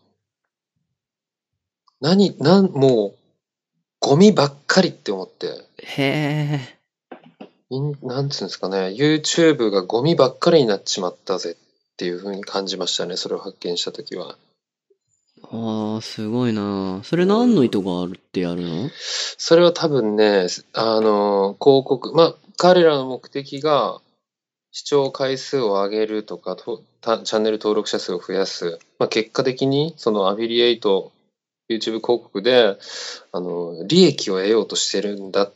Speaker 2: もう、ゴミばっかりって思って。
Speaker 1: へ
Speaker 2: ー。なんつうんですかね、YouTube がゴミばっかりになっちまったぜっていう風に感じましたね、それを発見したときは。
Speaker 1: ああ、すごいな。それ何の意図があるってやるの？
Speaker 2: それは多分ね、広告、まあ、彼らの目的が、視聴回数を上げるとか、チャンネル登録者数を増やす。まあ、結果的に、そのアフィリエイト、YouTube 広告で、利益を得ようとしてるんだ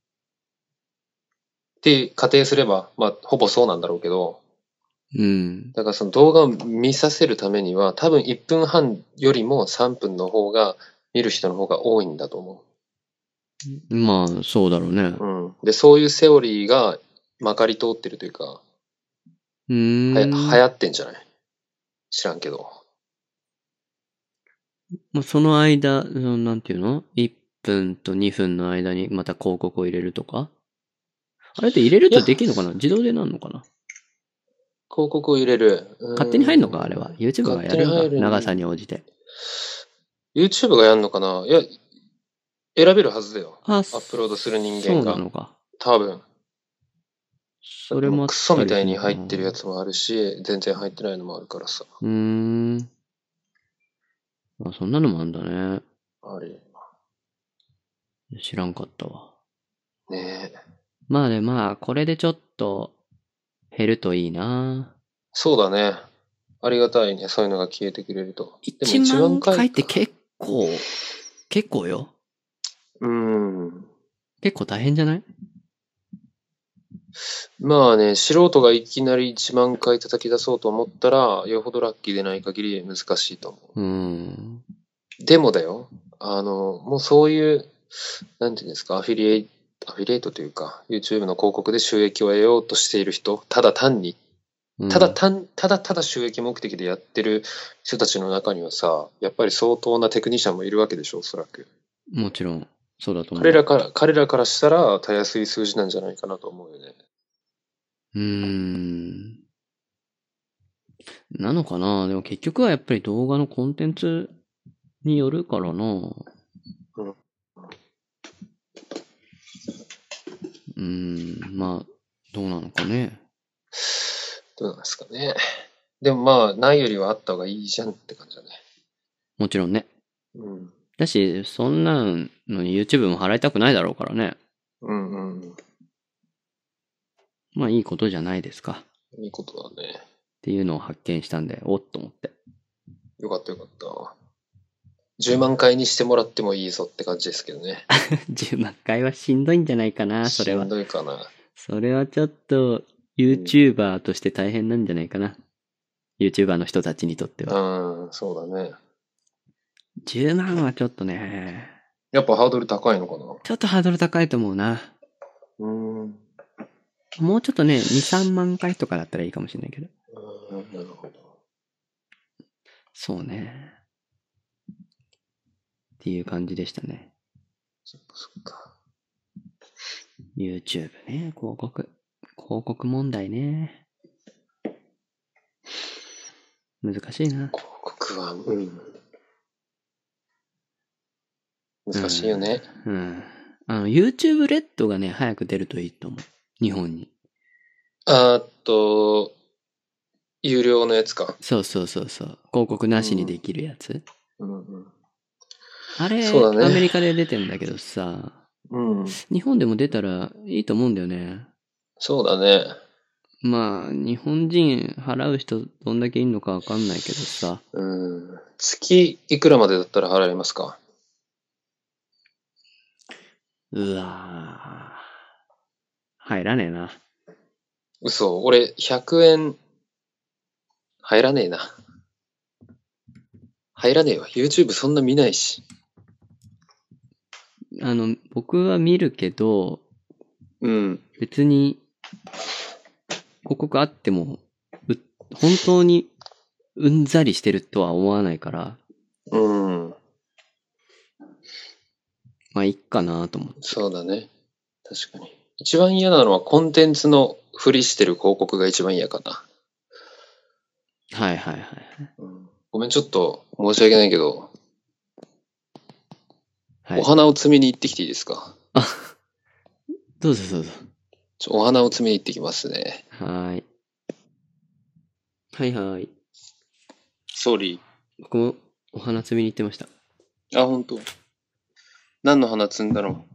Speaker 2: って仮定すれば、まあ、ほぼそうなんだろうけど、だからその動画を見させるためには、多分1分半よりも3分の方が、見る人の方が多いんだと思
Speaker 1: う。まあ、そうだろうね。
Speaker 2: で、そういうセオリーがまかり通ってるというか。 流行ってんじゃない？知らんけど。
Speaker 1: その間、なんていうの ?1 分と2分の間にまた広告を入れるとか？あれって入れるとできるのかな？自動でなんのかな？
Speaker 2: 広告を入れる。
Speaker 1: 勝手に入るのかあれは。YouTube がやるのか長さに応じて。
Speaker 2: YouTube がやるのかな？いや、選べるはずだよ。アップロードする人間が。
Speaker 1: そうなのか。
Speaker 2: 多分。
Speaker 1: それも
Speaker 2: クソみたいに入ってるやつもあるし、全然入ってないのもあるからさ。
Speaker 1: そんなのもあんだね。
Speaker 2: あれ。
Speaker 1: 知らんかったわ。
Speaker 2: ねえ。
Speaker 1: まあ、これでちょっと減るといいな。
Speaker 2: そうだね。ありがたいね。そういうのが消えてくれると。
Speaker 1: 1万回って結構よ。結構大変じゃない？
Speaker 2: まあね、素人がいきなり1万回叩き出そうと思ったら、よほどラッキーでない限り難しいと思う。でもだよ。もうそういう、なんていうんですか、アフィリエイトというか、YouTube の広告で収益を得ようとしている人、ただ単に、ただ収益目的でやってる人たちの中にはさ、やっぱり相当なテクニシャンもいるわけでしょ、おそらく。
Speaker 1: もちろん、そうだと思う。
Speaker 2: 彼らからしたら、たやすい数字なんじゃないかなと思うよね。
Speaker 1: なのかな？でも結局はやっぱり動画のコンテンツによるからな。まあ、どうなのかね。
Speaker 2: どうなんですかね。でもまあ、ないよりはあった方がいいじゃんって感じだね。
Speaker 1: もちろんね。だし、そんなのに YouTube も払いたくないだろうからね。まあ、いいことじゃないですか。
Speaker 2: いいことだね。
Speaker 1: っていうのを発見したんで、おっと思って。
Speaker 2: よかったよかった。10万回にしてもらってもいいぞって感じですけどね。
Speaker 1: 10万回はしんどいんじゃないかな、それは。
Speaker 2: しんどいかな。
Speaker 1: それはちょっと、YouTuber として大変なんじゃないかな。YouTuber の人たちにとっては。
Speaker 2: そうだね。
Speaker 1: 10万はちょっとね。
Speaker 2: やっぱハードル高いのかな？
Speaker 1: ちょっとハードル高いと思うな。もうちょっとね、2、3万回とかだったらいいかもしれないけど。
Speaker 2: なるほど。
Speaker 1: そうね。っていう感じでしたね。
Speaker 2: そっか。
Speaker 1: YouTube ね、広告問題ね。難しいな。
Speaker 2: 広告は、難しいよね。
Speaker 1: YouTube レッドがね、早く出るといいと思う。日本に。
Speaker 2: 有料のやつか。
Speaker 1: そう。広告なしにできるやつ。あれ、
Speaker 2: そうだね、
Speaker 1: アメリカで出てんだけどさ、日本でも出たらいいと思うんだよね。
Speaker 2: そうだね。
Speaker 1: まあ、日本人払う人どんだけいんのかわかんないけどさ。
Speaker 2: 月いくらまでだったら払えますか？
Speaker 1: うわぁ。入らねえな。
Speaker 2: 嘘、俺100円、入らねえな。入らねえわ。YouTube そんな見ないし。
Speaker 1: 僕は見るけど、別に、広告あっても、本当にうんざりしてるとは思わないから。まあ、いっかなと思って。
Speaker 2: そうだね。確かに。一番嫌なのはコンテンツのふりしてる広告が一番嫌かな。
Speaker 1: はい。
Speaker 2: ごめん、ちょっと申し訳ないけど、お花を摘みに行ってきていいですか？
Speaker 1: どうぞ。
Speaker 2: お花を摘みに行ってきますね。
Speaker 1: はい。
Speaker 2: ソーリー。
Speaker 1: 僕もお花摘みに行ってました。
Speaker 2: あ、本当。何の花摘んだの？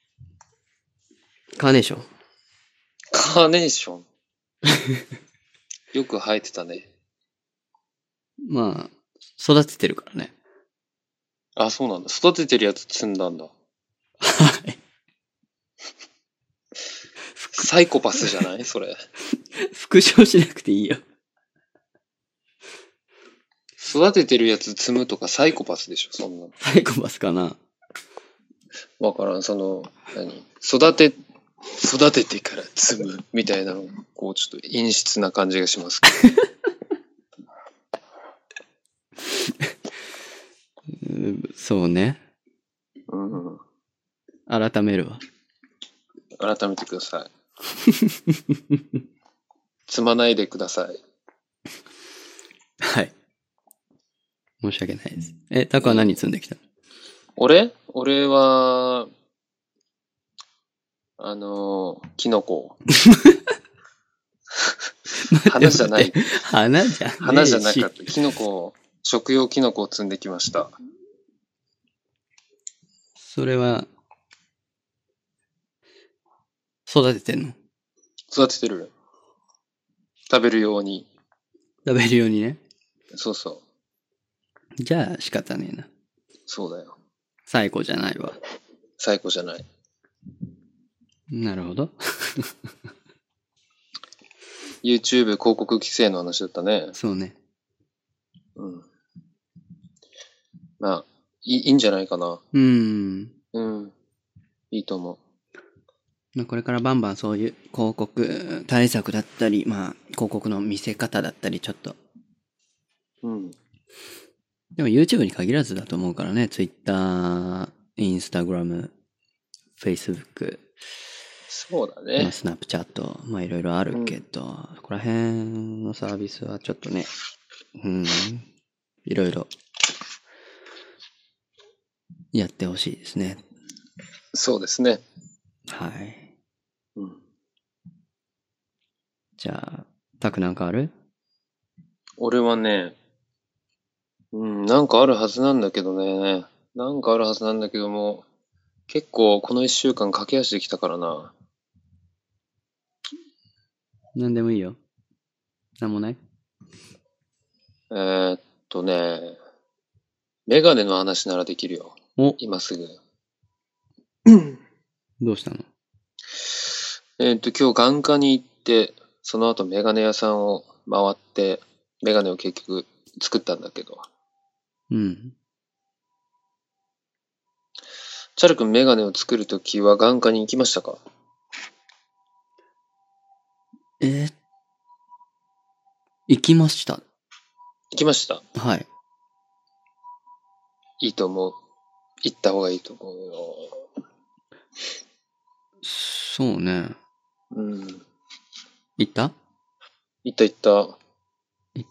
Speaker 1: カーネーション。
Speaker 2: カーネーションよく生えてたね。
Speaker 1: まあ、育ててるからね。
Speaker 2: あ、そうなんだ。育ててるやつ摘んだんだ。はい。サイコパスじゃないそれ。
Speaker 1: 復唱しなくていいよ。
Speaker 2: 育ててるやつ摘むとかサイコパスでしょ、そんなの。
Speaker 1: サイコパスかな？
Speaker 2: わからん、育て育ててから摘むみたいなの、こうちょっと陰湿な感じがしますけ
Speaker 1: ど。そうね。
Speaker 2: うん。
Speaker 1: 改めるわ。
Speaker 2: 改めてください。積まないでください。
Speaker 1: はい。申し訳ないです。タクは何積んできたの？
Speaker 2: 俺は、キノコ。花じゃない。
Speaker 1: 花じゃない。
Speaker 2: 花じゃなかった。キノコ、食用キノコを積んできました。
Speaker 1: それは、育ててんの？
Speaker 2: 育ててる。食べるように。
Speaker 1: 食べるようにね。
Speaker 2: そうそう。
Speaker 1: じゃあ仕方ねえな。
Speaker 2: そうだよ。
Speaker 1: 最高じゃないわ。
Speaker 2: 最高じゃない。
Speaker 1: なるほど。
Speaker 2: YouTube 広告規制の話だったね。
Speaker 1: そうね。
Speaker 2: うん。まあ、いいんじゃないかな。うん。いいと思う。
Speaker 1: まあ、これからバンバンそういう広告対策だったり、まあ、広告の見せ方だったり、ちょっと。
Speaker 2: うん。
Speaker 1: でも YouTube に限らずだと思うからね。Twitter、Instagram、Facebook。
Speaker 2: そうだね。
Speaker 1: スナップチャット、まあいろいろあるけど、ここら辺のサービスはちょっとね、いろいろやってほしいですね。
Speaker 2: そうですね。
Speaker 1: はい。じゃあ、タクなんかある？
Speaker 2: 俺はね、なんかあるはずなんだけどね。なんかあるはずなんだけども、結構この一週間駆け足できたからな。
Speaker 1: なんでもいいよ。なんもない？
Speaker 2: メガネの話ならできるよ。今すぐ。
Speaker 1: どうしたの？
Speaker 2: 今日眼科に行って、その後メガネ屋さんを回って、メガネを結局作ったんだけど。チャル君メガネを作るときは眼科に行きましたか？
Speaker 1: 行きました。
Speaker 2: 行きました。
Speaker 1: はい。
Speaker 2: いいと思う。行った方がいいと思うよ。
Speaker 1: そうね。行った？
Speaker 2: 行った。
Speaker 1: 行って、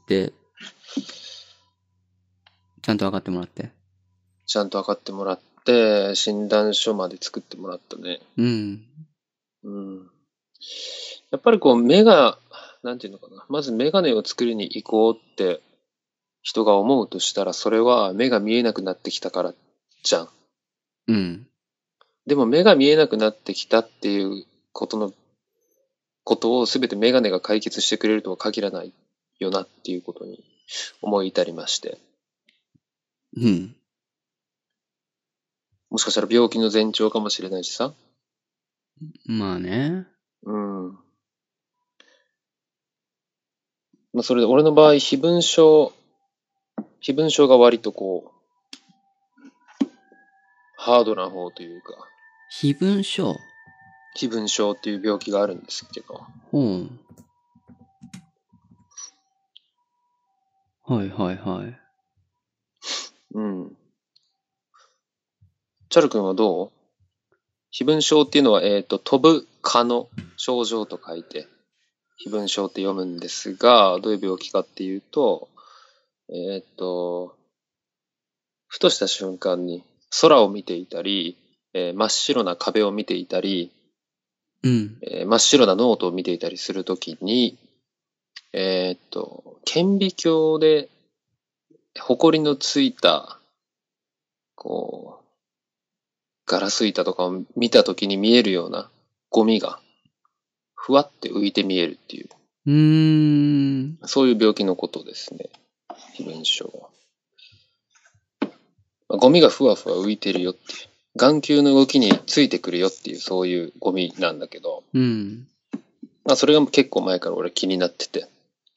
Speaker 1: ちゃんと分かってもらって。
Speaker 2: ちゃんと分かってもらって、診断書まで作ってもらったね。やっぱりこうなんていうのかな。まずメガネを作りに行こうって人が思うとしたら、それは目が見えなくなってきたからじゃん。でも目が見えなくなってきたっていうことを全てメガネが解決してくれるとは限らないよなっていうことに思い至りまして。もしかしたら病気の前兆かもしれないしさ。
Speaker 1: まあね。
Speaker 2: まあそれで俺の場合、飛蚊症が割とこう、ハードな方というか。
Speaker 1: 飛蚊症
Speaker 2: っていう病気があるんですけど。
Speaker 1: はいはいはい。
Speaker 2: チャル君はどう？飛蚊症っていうのは、飛ぶ蚊の症状と書いて、飛蚊症って読むんですが、どういう病気かっていうと、ふとした瞬間に空を見ていたり、真っ白な壁を見ていたり、真っ白なノートを見ていたりするときに、顕微鏡で埃のついた、こう、ガラス板とかを見たときに見えるようなゴミが、ふわって浮いて見えるっていう。そういう病気のことですね。飛蚊症は。ゴミがふわふわ浮いてるよっていう。眼球の動きについてくるよっていう、そういうゴミなんだけど。まあそれが結構前から俺気になってて。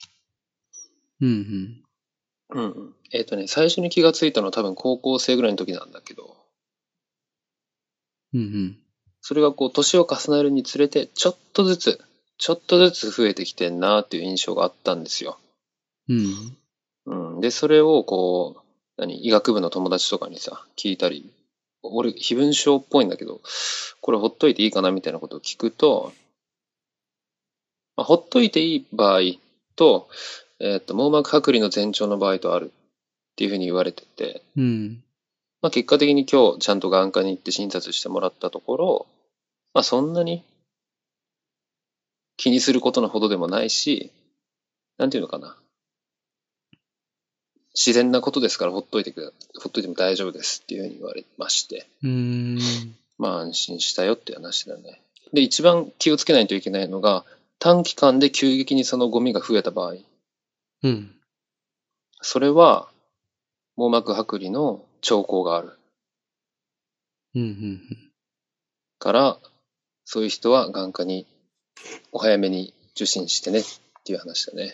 Speaker 2: 最初に気がついたのは多分高校生ぐらいの時なんだけど。 それがこう、年を重ねるにつれて、ちょっとずつ増えてきてんなっていう印象があったんですよ。
Speaker 1: うん。
Speaker 2: うん。で、それをこう、医学部の友達とかにさ、聞いたり、俺、非分症っぽいんだけど、これほっといていいかなみたいなことを聞くと、まあ、ほっといていい場合と、網膜剥離の前兆の場合とあるっていうふうに言われてて、
Speaker 1: うん。
Speaker 2: まあ、結果的に今日ちゃんと眼科に行って診察してもらったところ、まあ、そんなに気にすることのほどでもないし、なんていうのかな。自然なことですからほっといても大丈夫ですっていうふうに言われまして、まあ安心したよっていう話だね。で、一番気をつけないといけないのが、短期間で急激にそのゴミが増えた場合、
Speaker 1: うん。
Speaker 2: それは網膜剥離の兆候がある
Speaker 1: うん。うん。
Speaker 2: から、そういう人は眼科にお早めに受診してねっていう話だね。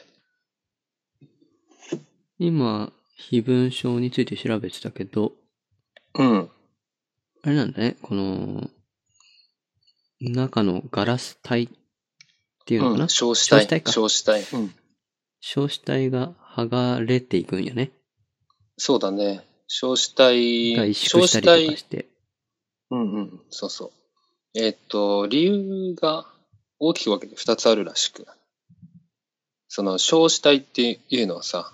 Speaker 1: 今、非分症について調べてたけど、
Speaker 2: うん。
Speaker 1: あれなんだね、この、中のガラス体っていうのかな、
Speaker 2: 硝子体。
Speaker 1: 硝
Speaker 2: 子体。うん。
Speaker 1: 硝子体が剥がれていくんやね。
Speaker 2: そうだね。硝子体、
Speaker 1: が萎縮したりとかして。
Speaker 2: そうそう。理由が大きく分けて2つあるらしく。その硝子体っていうのはさ、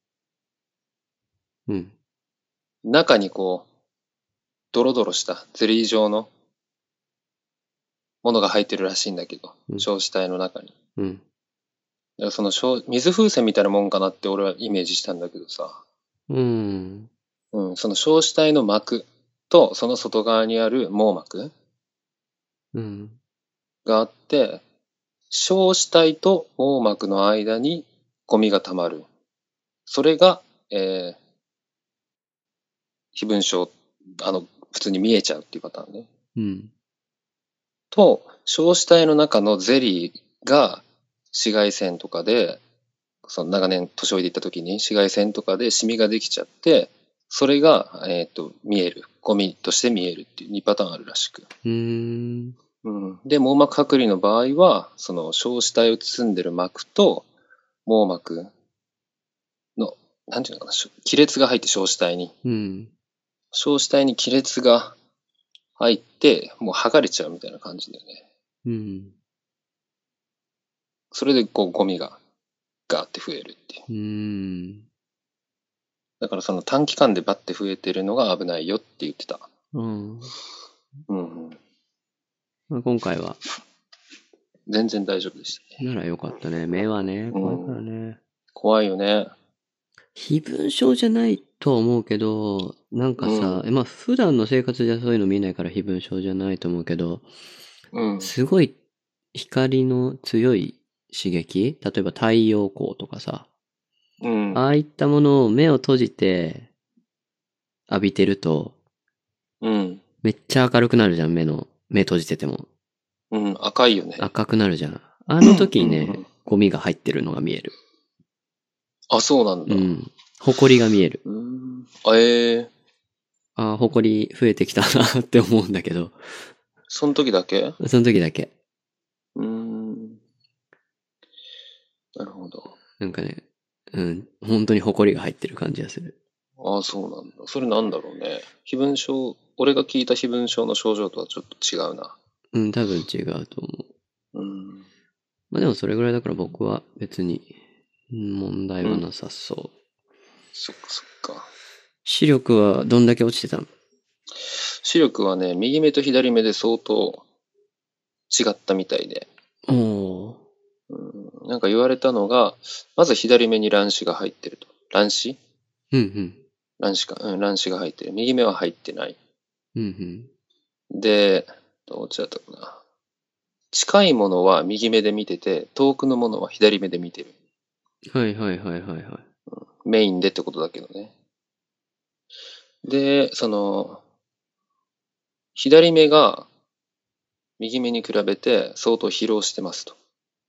Speaker 1: うん。
Speaker 2: 中にこう、ドロドロしたゼリー状のものが入ってるらしいんだけど、硝子体の中に。
Speaker 1: うん。
Speaker 2: だからその水風船みたいなもんかなって俺はイメージしたんだけどさ、
Speaker 1: うん。
Speaker 2: その硝子体の膜とその外側にある網膜
Speaker 1: うん。
Speaker 2: があって、硝子体と網膜の間にゴミが溜まる。それが、非分症、普通に見えちゃうっていうパターンね。
Speaker 1: うん。
Speaker 2: と、硝子体の中のゼリーが紫外線とかで、その長年年老いでいった時に紫外線とかでシミができちゃって、それが、見える。ゴミとして見えるっていう2パターンあるらしく。で、網膜剥離の場合は、その硝子体を包んでる膜と網膜の、なんていうのかな、亀裂が入って硝子体に。硝子体に亀裂が入って、もう剥がれちゃうみたいな感じだよね。それでこうゴミがガーって増えるっていう。だからその短期間でバッて増えてるのが危ないよって言ってた。
Speaker 1: 今回は
Speaker 2: 全然大丈夫でした
Speaker 1: ね。ならよかったね。目はね、怖いからね。
Speaker 2: 怖いよね。
Speaker 1: 非分症じゃないとは思うけど、なんかさ、まあ普段の生活じゃそういうの見ないから非分症じゃないと思うけど、すごい光の強い刺激、例えば太陽光とかさ、ああいったものを目を閉じて浴びてると、めっちゃ明るくなるじゃん、目閉じてても。
Speaker 2: 赤いよね。
Speaker 1: 赤くなるじゃん。あの時にね、ゴミが入ってるのが見える。
Speaker 2: あ、そうなんだ。
Speaker 1: 埃が見える。埃増えてきたなって思うんだけど。
Speaker 2: その時だけ？
Speaker 1: その時だけ。
Speaker 2: なるほど。
Speaker 1: なんかね、本当に埃が入ってる感じがする。
Speaker 2: ああ、そうなんだ。それなんだろうね。非分症、俺が聞いた非分症の症状とはちょっと違うな。
Speaker 1: 多分違うと思う。まあでもそれぐらいだから僕は別に問題はなさそう。
Speaker 2: そっかそっか。
Speaker 1: 視力はどんだけ落ちてたの？
Speaker 2: 視力はね、右目と左目で相当違ったみたいで。なんか言われたのが、まず左目に乱視が入ってると。乱視？乱視か。乱視が入ってる。右目は入ってない。で、どっちだったかな。近いものは右目で見てて、遠くのものは左目で見てる。メインでってことだけどね。で、左目が右目に比べて相当疲労してますと。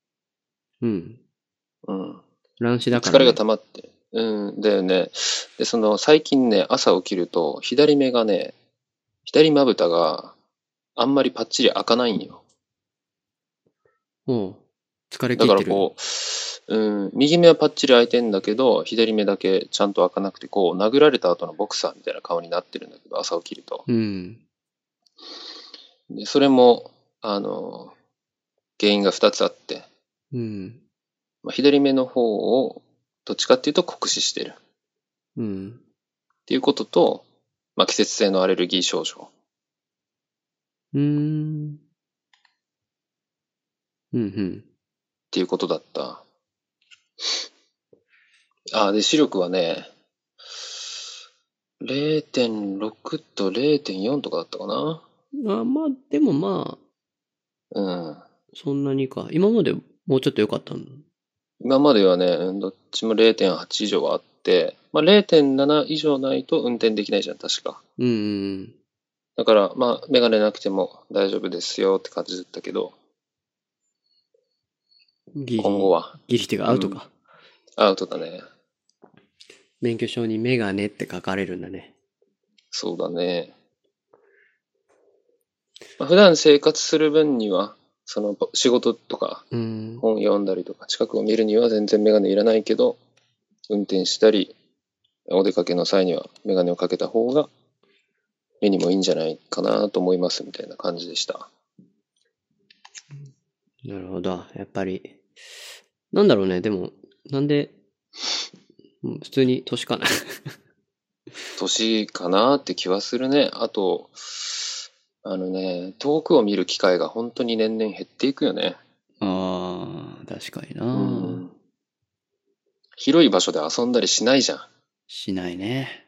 Speaker 1: 乱視だから、
Speaker 2: ね。疲れが溜まって。だよね。で、最近ね、朝起きると、左目がね、左まぶたが、 あんまりパッチリ開かないんよ。
Speaker 1: おう。疲れ切ってる。
Speaker 2: だからこう、右目はパッチリ開いてんだけど、左目だけちゃんと開かなくて、こう、殴られた後のボクサーみたいな顔になってるんだけど、朝起きると。
Speaker 1: うん。
Speaker 2: で、それも、原因が2つあって、
Speaker 1: うん。
Speaker 2: まあ、左目の方を、どっちかっていうと酷使してる。
Speaker 1: うん。
Speaker 2: っていうことと、まあ、季節性のアレルギー症状。
Speaker 1: うん。うん。
Speaker 2: っていうことだった。で、視力はね、0.6 と 0.4 とかだったかな。
Speaker 1: まあ、でもま
Speaker 2: うん。
Speaker 1: あ、そんなにか。今までもうちょっと良かったの？
Speaker 2: 今まではね、どっちも 0.8 以上はあって、まあ、0.7 以上ないと運転できないじゃん、確か。
Speaker 1: うん。
Speaker 2: だから、まあ、メガネなくても大丈夫ですよって感じだったけど、今後は。
Speaker 1: ギリってかアウトか。
Speaker 2: アウトだね。
Speaker 1: 免許証にメガネって書かれるんだね。
Speaker 2: そうだね。まあ、普段生活する分には、その仕事とか本読んだりとか近くを見るには全然メガネいらないけど、運転したりお出かけの際にはメガネをかけた方が目にもいいんじゃないかなと思いますみたいな感じでした。
Speaker 1: なるほど。やっぱり、なんだろうね。でも、なんで、普通に年かな。
Speaker 2: 年かなって気はするね。あと、遠くを見る機会が本当に年々減っていくよね。
Speaker 1: ああ、確かにな、
Speaker 2: 広い場所で遊んだりしないじゃん。
Speaker 1: しないね。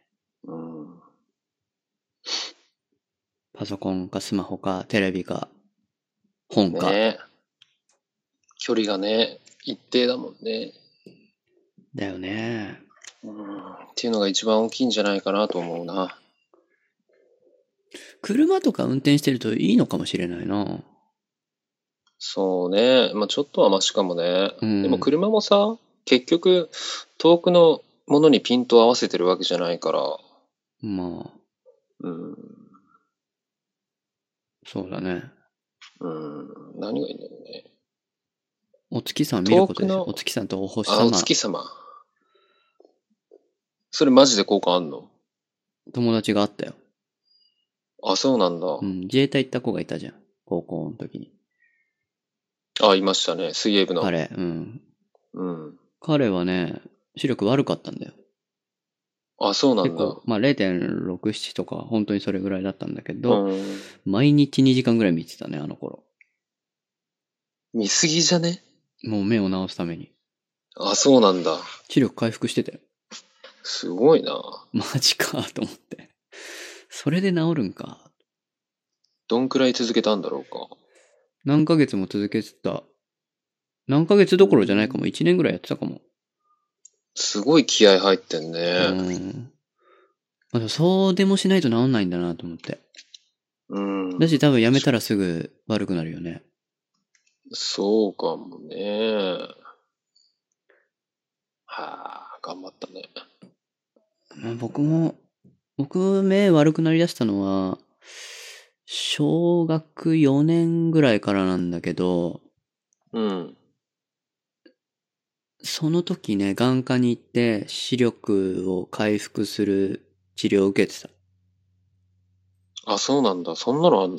Speaker 1: パソコンかスマホかテレビか本か。
Speaker 2: ね、距離がね、一定だもんね。
Speaker 1: だよね。
Speaker 2: っていうのが一番大きいんじゃないかなと思うな。
Speaker 1: 車とか運転してるといいのかもしれないな。
Speaker 2: そうね。まあちょっとはマシかもね。でも車もさ、結局遠くのものにピントを合わせてるわけじゃないから。
Speaker 1: まあ。そうだね。
Speaker 2: 何がいいんだろうね。
Speaker 1: お月さん見ることでしょ。お月さんとお星様。
Speaker 2: お月様。それマジで効果あんの？
Speaker 1: 友達があったよ。
Speaker 2: そうなんだ。
Speaker 1: 自衛隊行った子がいたじゃん。高校の時に。
Speaker 2: いましたね。水泳部の。
Speaker 1: 彼、彼はね、視力悪かったんだよ。
Speaker 2: そうなんだ。
Speaker 1: 結構、まあ0.67とか、本当にそれぐらいだったんだけど、毎日2時間ぐらい見てたね、あの頃。
Speaker 2: 見すぎじゃね？
Speaker 1: もう目を治すために。
Speaker 2: そうなんだ。
Speaker 1: 視力回復してたよ。
Speaker 2: すごいな。
Speaker 1: マジか、と思って。それで治るんか。
Speaker 2: どんくらい続けたんだろうか。
Speaker 1: 何ヶ月も続けてた。何ヶ月どころじゃないかも。1年ぐらいやってたかも。
Speaker 2: すごい気合入ってんね。
Speaker 1: まあ、そうでもしないと治んないんだなと思って。だし多分やめたらすぐ悪くなるよね。
Speaker 2: そうかもね。頑張ったね。
Speaker 1: 僕目悪くなりだしたのは、小学4年ぐらいからなんだけど、その時ね、眼科に行って視力を回復する治療を受けて
Speaker 2: た。そうなんだ。そんなのあんだ。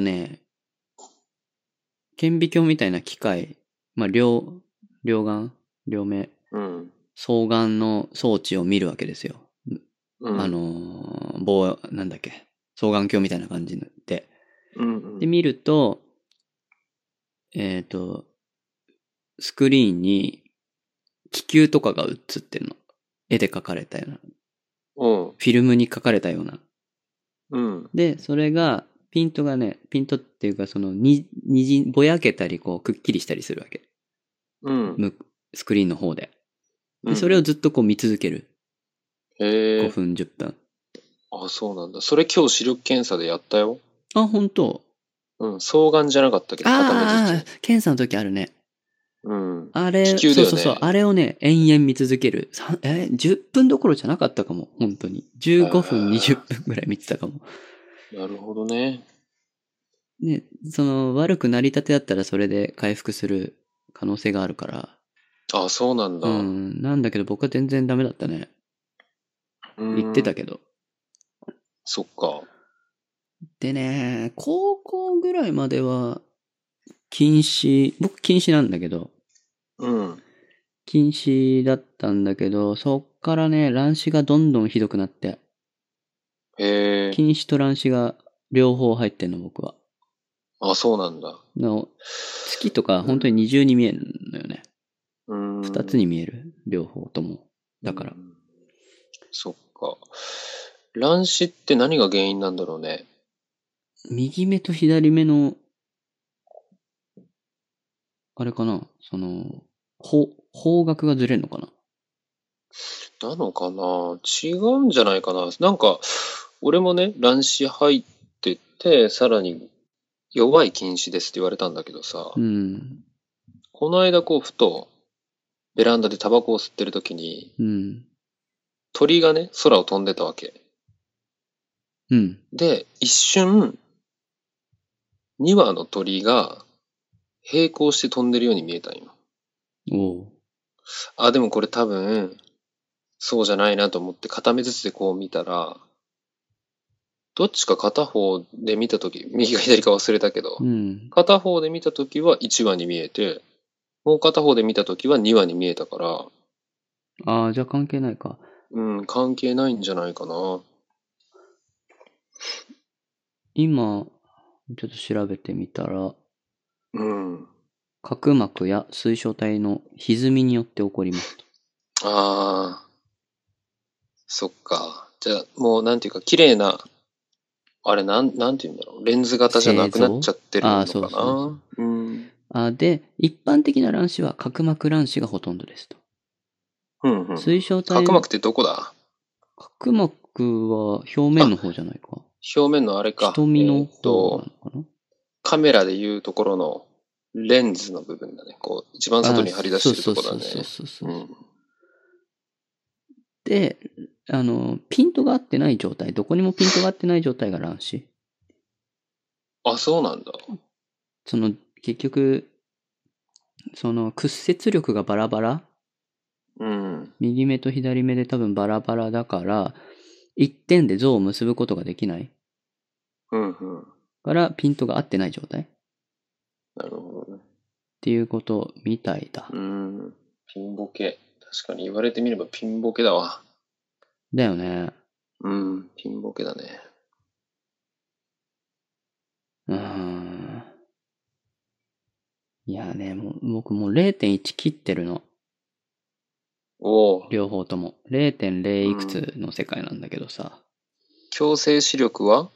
Speaker 1: 顕微鏡みたいな機械、まあ、両目、双眼の装置を見るわけですよ。なんだっけ、双眼鏡みたいな感じで。で、見ると、スクリーンに気球とかが映ってるの。絵で描かれたような。フィルムに描かれたような。で、それが、ピントっていうか、ぼやけたり、こう、くっきりしたりするわけ。スクリーンの方で。で、それをずっとこう見続ける。5分、10分。
Speaker 2: そうなんだ。それ今日視力検査でやったよ。
Speaker 1: 本当？
Speaker 2: 双眼じゃなかったっけど、片目ずつ。
Speaker 1: 検査の時あるね。あれ、
Speaker 2: 気球だよね。
Speaker 1: そう。あれをね、延々見続ける。10分どころじゃなかったかも。本当に。15分、20分ぐらい見てたかも。
Speaker 2: なるほどね。
Speaker 1: ね、その悪くなりたてだったらそれで回復する可能性があるから。
Speaker 2: あ、そうなんだ。
Speaker 1: なんだけど僕は全然ダメだったね。言ってたけど。
Speaker 2: そっか。
Speaker 1: でね、高校ぐらいまでは、僕禁止なんだけど。禁止だったんだけど、そっからね、乱視がどんどんひどくなって。禁止と乱視が両方入ってんの、僕は。
Speaker 2: あ、そうなんだ。
Speaker 1: 月とか本当に二重に見えるのよね。二つに見える。両方とも。だから。
Speaker 2: そっか。乱視って何が原因なんだろうね。
Speaker 1: 右目と左目の、あれかな、方角がずれるのかな。
Speaker 2: なのかな、違うんじゃないかな。なんか、俺もね、乱視入ってて、さらに弱い近視ですって言われたんだけどさ、この間ふと、ベランダでタバコを吸ってる時に、鳥がね、空を飛んでたわけ。で、一瞬、2羽の鳥が並行して飛んでるように見えたんよ。あ、でもこれ多分、そうじゃないなと思って片目ずつで見たら、どっちか片方で見たとき、右か左か忘れたけど、片方で見たときは1羽に見えて、もう片方で見たときは2羽に見えたから。
Speaker 1: ああ、じゃあ関係ないか。
Speaker 2: 関係ないんじゃないかな。
Speaker 1: 今、ちょっと調べてみたら、角膜や水晶体の歪みによって起こります
Speaker 2: と。ああ。そっか。じゃあ、もうなんていうか、綺麗な、あれなんて言うんだろう。レンズ型じゃなくなっちゃってるのか
Speaker 1: な。で、一般的な乱視は角膜乱視がほとんどですと。水晶体。
Speaker 2: 角膜ってどこだ？
Speaker 1: 角膜は表面の方じゃないか。
Speaker 2: 表面のあれか。
Speaker 1: 瞳の方なのかな？
Speaker 2: カメラでいうところのレンズの部分だね。一番外に張り出してるところだね。
Speaker 1: そうで、ピントが合ってない状態、どこにもピントが合ってない状態が乱視。
Speaker 2: あ、そうなんだ。
Speaker 1: 結局、屈折力がバラバラ。右目と左目で多分バラバラだから、一点で像を結ぶことができない。からピントが合ってない状態。
Speaker 2: なるほどね。
Speaker 1: っていうことみたいだ。
Speaker 2: ピンボケ。確かに言われてみればピンボケだわ。
Speaker 1: だよね。
Speaker 2: ピンボケだね。
Speaker 1: いやね、僕もう 0.1 切ってるの。両方とも。0.0 いくつの世界なんだけどさ。
Speaker 2: 強制視力は？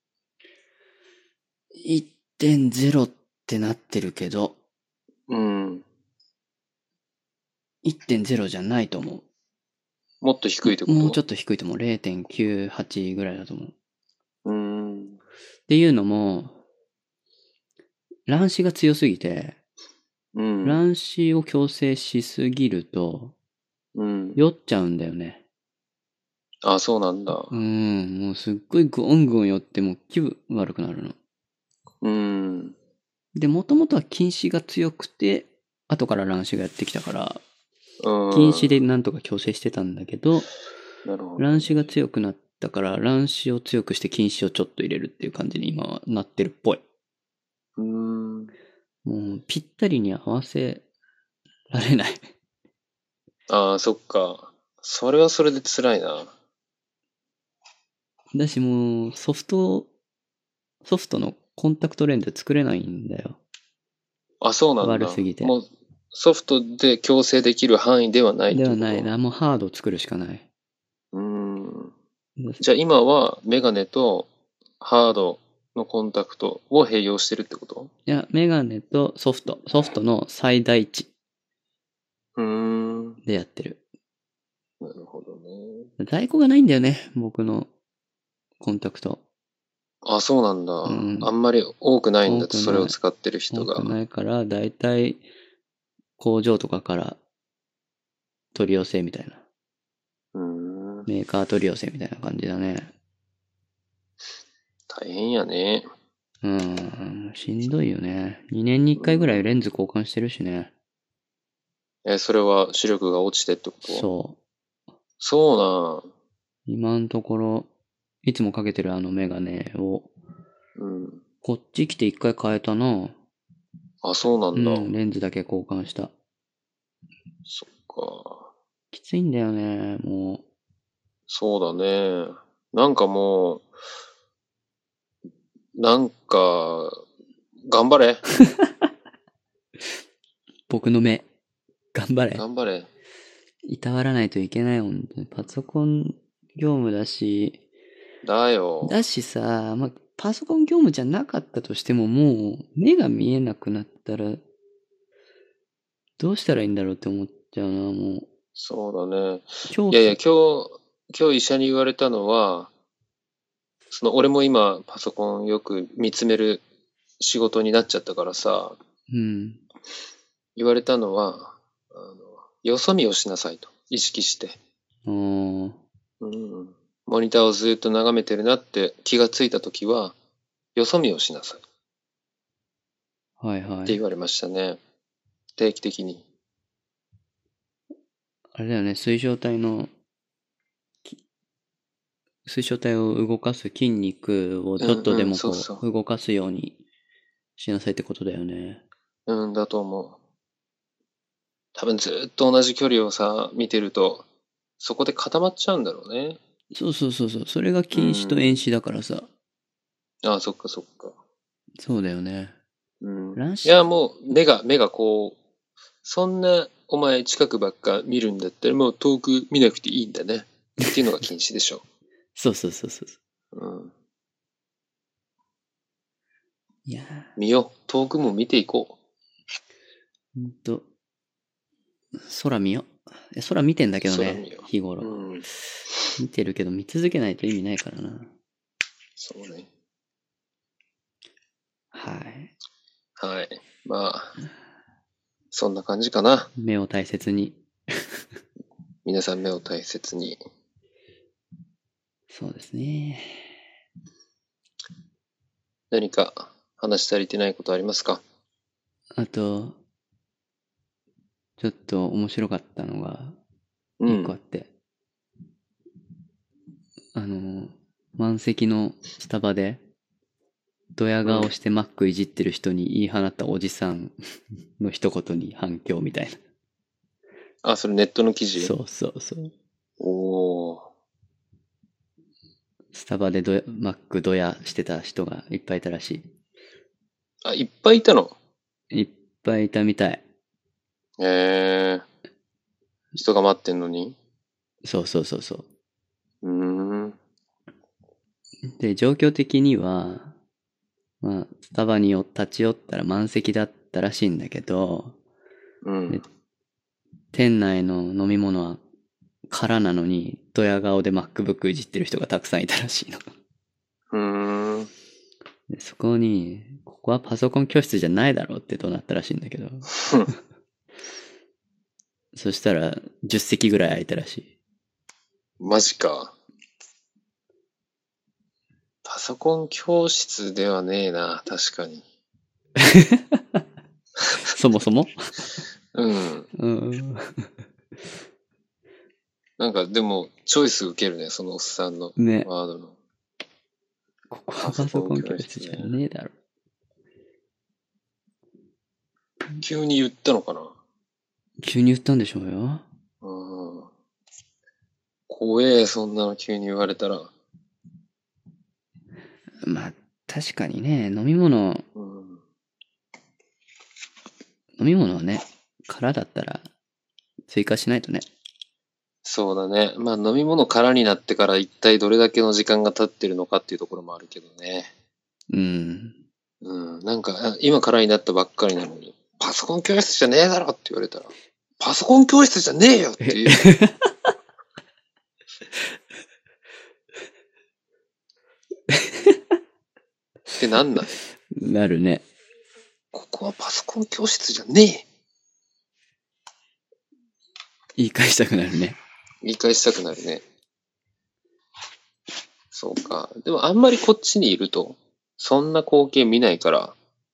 Speaker 1: 1.0 ってなってるけど。1.0 じゃないと思う。
Speaker 2: もっと低いってこと？
Speaker 1: もうちょっと低いと思う。0.98 ぐらいだと思う。っていうのも、乱視が強すぎて、乱視を強制しすぎると、酔っちゃうんだよね。
Speaker 2: あ、そうなんだ。
Speaker 1: もうすっごいグオングオン酔っても気分悪くなるの。で、もともとは近視が強くて、後から乱視がやってきたから、近視でなんとか矯正してたんだけど、乱視が強くなったから、乱視を強くして近視をちょっと入れるっていう感じに今はなってるっぽい。もうぴったりに合わせられない。
Speaker 2: ああ、そっか。それはそれで辛いな。
Speaker 1: だしもうソフトのコンタクトレンズ作れないんだよ。
Speaker 2: あ、そうなんだ。
Speaker 1: 悪すぎて。
Speaker 2: もうソフトで矯正できる範囲ではないってこと？
Speaker 1: ではないな。もうハードを作るしかない。
Speaker 2: じゃあ今はメガネとハードのコンタクトを併用してるってこと？
Speaker 1: いや、メガネとソフトの最大値。でやってる。
Speaker 2: なるほどね。
Speaker 1: 在庫がないんだよね、僕のコンタクト。
Speaker 2: あ、そうなんだ。あんまり多くないんだって、それを使ってる人が。
Speaker 1: 多くないから、だいたい工場とかから取り寄せみたいな。メーカー取り寄せみたいな感じだね。
Speaker 2: 大変やね。
Speaker 1: しんどいよね。2年に1回ぐらいレンズ交換してるしね。
Speaker 2: それは視力が落ちてってこと？
Speaker 1: そう。
Speaker 2: そうなん。
Speaker 1: 今のところ、いつもかけてるメガネを、こっち来て1回変えたな。
Speaker 2: あ、そうなんだ。
Speaker 1: レンズだけ交換した。
Speaker 2: そっか。
Speaker 1: きついんだよね、もう。
Speaker 2: そうだね。なんかもう、なんか、頑張れ。
Speaker 1: 僕の目。頑張れ。
Speaker 2: 頑張れ。
Speaker 1: いたわらないといけない、本当に。パソコン業務だし。
Speaker 2: だよ。
Speaker 1: だしさ、パソコン業務じゃなかったとしてももう、目が見えなくなったら、どうしたらいいんだろうって思っちゃうな、もう。
Speaker 2: そうだね。いやいや、今日医者に言われたのは、俺も今パソコンよく見つめる仕事になっちゃったからさ、言われたのは、よそ見をしなさいと、意識して。モニターをずっと眺めてるなって気がついたときは、よそ見をしなさい。
Speaker 1: はいはい。
Speaker 2: って言われましたね。定期的に。
Speaker 1: あれだよね、水晶体を動かす筋肉をちょっとでも動かすようにしなさいってことだよね。
Speaker 2: だと思う。多分ずっと同じ距離をさ、見てると、そこで固まっちゃうんだろうね。
Speaker 1: そう。それが近視と遠視だからさ。
Speaker 2: ああ、そっか。
Speaker 1: そうだよね。
Speaker 2: いや、もう、目がこう、そんな、お前近くばっか見るんだったら、もう遠く見なくていいんだね。っていうのが禁止でしょ。
Speaker 1: そう。いや
Speaker 2: 見よう。遠くも見ていこ
Speaker 1: う。空見よ。空見てんだけどね、日頃。見てるけど見続けないと意味ないからな。
Speaker 2: そうね。
Speaker 1: はい。
Speaker 2: はい。まあ、そんな感じかな。
Speaker 1: 目を大切に。
Speaker 2: 皆さん目を大切に。
Speaker 1: そうですね。
Speaker 2: 何か話し足りてないことありますか？
Speaker 1: あと、ちょっと面白かったのが、一個あって。満席のスタバで、ドヤ顔してマックいじってる人に言い放ったおじさんの一言に反響みたいな。
Speaker 2: あ、それネットの記事？
Speaker 1: そう。
Speaker 2: おー。
Speaker 1: スタバでマックドヤしてた人がいっぱいいたらしい。
Speaker 2: あ、いっぱいいたの？
Speaker 1: いっぱいいたみたい。
Speaker 2: 人が待ってんのに？
Speaker 1: そう。で、状況的には、スタバに立ち寄ったら満席だったらしいんだけど、店内の飲み物は空なのに、ドヤ顔で MacBook いじってる人がたくさんいたらしいの。でそこに、ここはパソコン教室じゃないだろうって怒鳴ったらしいんだけど。そしたら、10席ぐらい空いたらしい。
Speaker 2: マジか。パソコン教室ではねえな、確かに。
Speaker 1: そもそも
Speaker 2: なんかでも、チョイス受けるね、そのおっさんのワードの。
Speaker 1: ここはパソコン教室じゃねえだろ。
Speaker 2: 急に言ったのかな？
Speaker 1: 急に言ったんでしょうよ。
Speaker 2: 怖え、そんなの急に言われたら。
Speaker 1: 確かにね、飲み物はね、空だったら追加しないとね。
Speaker 2: そうだね。飲み物空になってから一体どれだけの時間が経ってるのかっていうところもあるけどね。なんか、今空になったばっかりなのに、パソコン教室じゃねえだろって言われたら、パソコン教室じゃねえよっていう。ってなんない？
Speaker 1: なるね。
Speaker 2: ここはパソコン教室じゃねえ。
Speaker 1: 言い返したくなるね。
Speaker 2: 言い返したくなるね。そうか。でもあんまりこっちにいると、 そんな光景見ないから。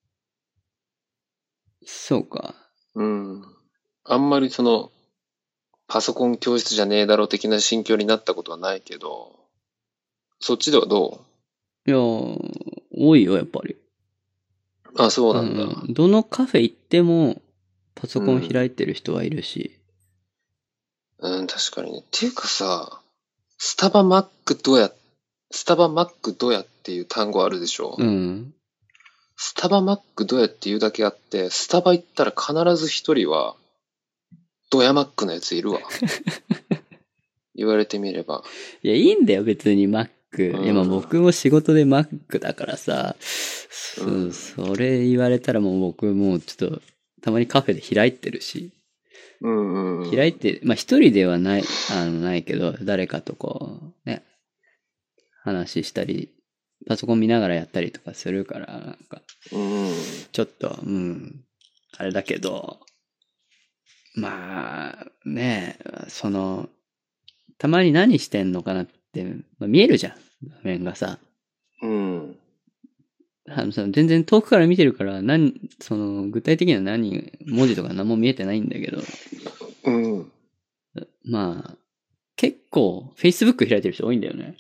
Speaker 1: そうか。
Speaker 2: うん。あんまりパソコン教室じゃねえだろ的な心境になったことはないけど、そっちではど
Speaker 1: いやー、多いよ、やっぱり。
Speaker 2: う？あ、そうなんだ。
Speaker 1: どのカフェ行っても、パソコン開いてる人はいるし。
Speaker 2: うん、確かにね。っていうかさ、スタバマックどやっていう単語あるでしょ？
Speaker 1: うん。
Speaker 2: スタバマックどやっていうだけあって、スタバ行ったら必ず一人は、ドヤマックのやついるわ。言われてみれば。
Speaker 1: いや、いいんだよ、別に Mac。いや、まあ僕も仕事で Mac だからさ、それ言われたらもう僕もうちょっと、たまにカフェで開いてるし。開いて、まあ一人ではない、ないけど、誰かとこう、ね、話したり、パソコン見ながらやったりとかするから、なんか、ちょっと、あれだけど、まあ、ね、たまに何してんのかなって、まあ、見えるじゃん、画面がさ。全然遠くから見てるから、具体的には文字とか何も見えてないんだけど。まあ、結構、Facebook 開いてる人多いんだよね。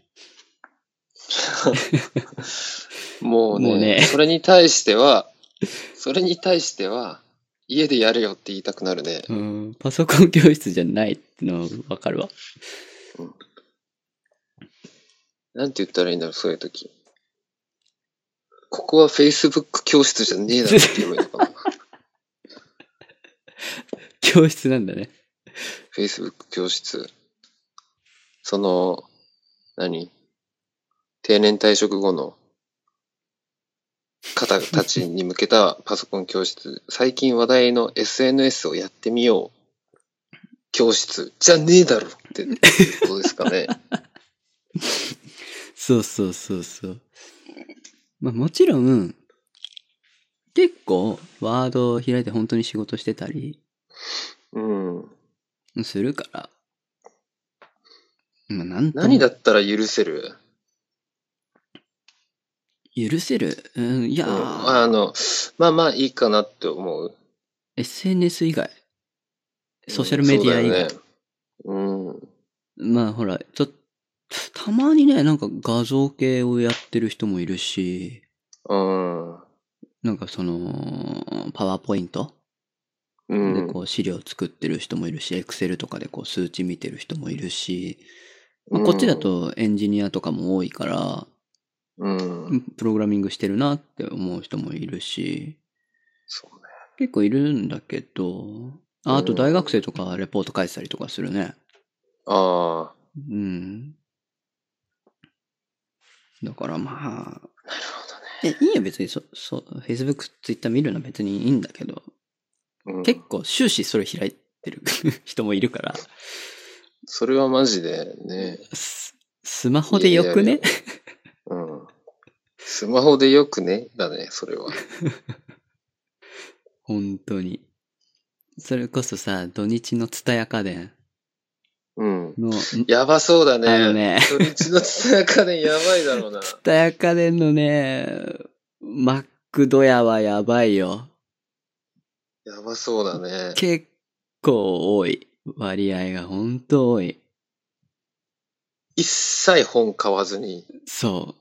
Speaker 2: もうね、それに対しては、家でやれよって言いたくなるね。
Speaker 1: パソコン教室じゃないってのわかるわ。
Speaker 2: なんて言ったらいいんだろう、そういう時。ここは Facebook 教室じゃねえだろって言えばいいのかな。
Speaker 1: 教室なんだね。
Speaker 2: Facebook 教室。定年退職後の方たちに向けたパソコン教室。最近話題の SNS をやってみよう。教室じゃねえだろっていうことですかね。
Speaker 1: そうそうそうそう。まあもちろん、結構ワードを開いて本当に仕事してたり、するから。まあ
Speaker 2: 何だったら許せる？
Speaker 1: 許せる？いや
Speaker 2: まあまあいいかなって思う。
Speaker 1: SNS 以外。ソーシャルメディア以外。まあほら、たまにね、なんか画像系をやってる人もいるし、なんかパワーポイントでこう資料作ってる人もいるし、エクセルとかでこう数値見てる人もいるし、まあ、こっちだとエンジニアとかも多いから、プログラミングしてるなって思う人もいるし、
Speaker 2: そうね、
Speaker 1: 結構いるんだけど、あと大学生とかレポート書いてたりとかするね。だからまあ、なるほどね。いいよ別にFacebook、Twitter 見るのは別にいいんだけど、結構終始それ開いてる人もいるから。
Speaker 2: それはマジでね。
Speaker 1: スマホでよくね？
Speaker 2: スマホでよくねだね、それは。
Speaker 1: 本当に。それこそさ、土日の蔦屋家電。
Speaker 2: やばそうだね。土日の蔦屋家電やばいだろうな。
Speaker 1: 蔦屋家電のね、マックドヤはやばいよ。
Speaker 2: やばそうだね。
Speaker 1: 結構多い。割合がほんと多い。
Speaker 2: 一切本買わずに。
Speaker 1: そう。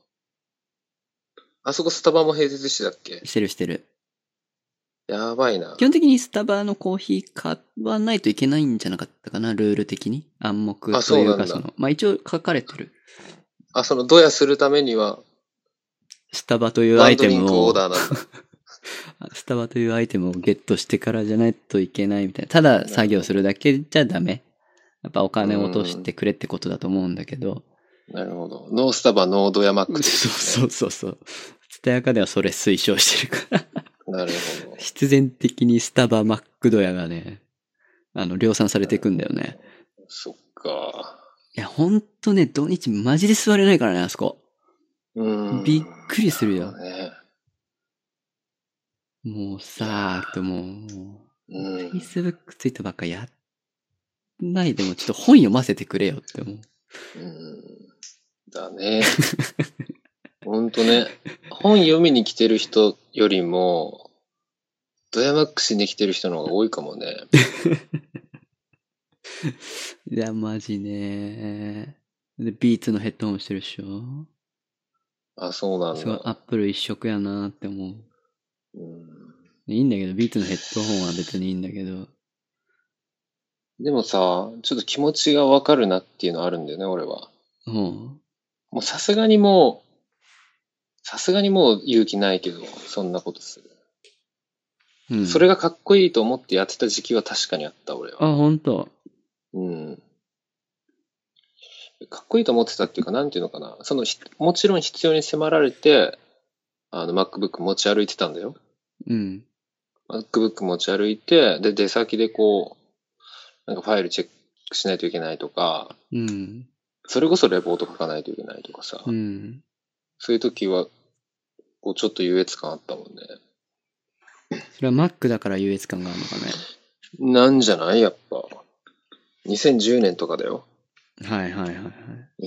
Speaker 2: あそこスタバも併設してたっけ？
Speaker 1: してる。
Speaker 2: やばいな。
Speaker 1: 基本的にスタバのコーヒー買わないといけないんじゃなかったかな、ルール的に。暗黙というかまあ一応書かれてる。
Speaker 2: ドヤするためには、
Speaker 1: スタバというアイテムを、
Speaker 2: オーダーなんだ。
Speaker 1: スタバというアイテムをゲットしてからじゃないといけないみたいな。ただ作業するだけじゃダメ。やっぱお金を落としてくれってことだと思うんだけど。
Speaker 2: なるほど。ノースタバ、ノードヤマック、ね。
Speaker 1: そう。スタヤカではそれ推奨してるから。
Speaker 2: なるほど。
Speaker 1: 必然的にスタバ、マックドヤがね、量産されていくんだよね。
Speaker 2: そっか。
Speaker 1: いや、ほんとね、土日マジで座れないからね、あそこ。びっくりするよ。もうさー、もう、Facebook ついたばっかやんないでもちょっと本読ませてくれよって思う。
Speaker 2: だね。ほんとね。 本読みに来てる人よりも、ドヤマックスに来てる人の方が多いかもね。
Speaker 1: いや、マジね。で、ビーツのヘッドホンしてるっしょ。
Speaker 2: あ、そうなんだ。
Speaker 1: すごいアップル一色やなって思う。いいんだけど、ビーツのヘッドホンは別にいいんだけど。
Speaker 2: でもさ、ちょっと気持ちがわかるなっていうのあるんだよね、俺は。もうさすがにもう勇気ないけど、そんなことする。それがかっこいいと思ってやってた時期は確かにあった、俺は。
Speaker 1: あ、ほんと。
Speaker 2: かっこいいと思ってたっていうか、なんていうのかな。もちろん必要に迫られて、MacBook 持ち歩いてたんだよ。MacBook 持ち歩いて、で、出先でこう、なんかファイルチェックしないといけないとか、それこそレポート書かないといけないとかさ、そういう時は、こう、ちょっと優越感あったもんね。
Speaker 1: それは Mac だから優越感があるのかね。
Speaker 2: なんじゃないやっぱ。2010年とかだよ。
Speaker 1: はいはいはいはい。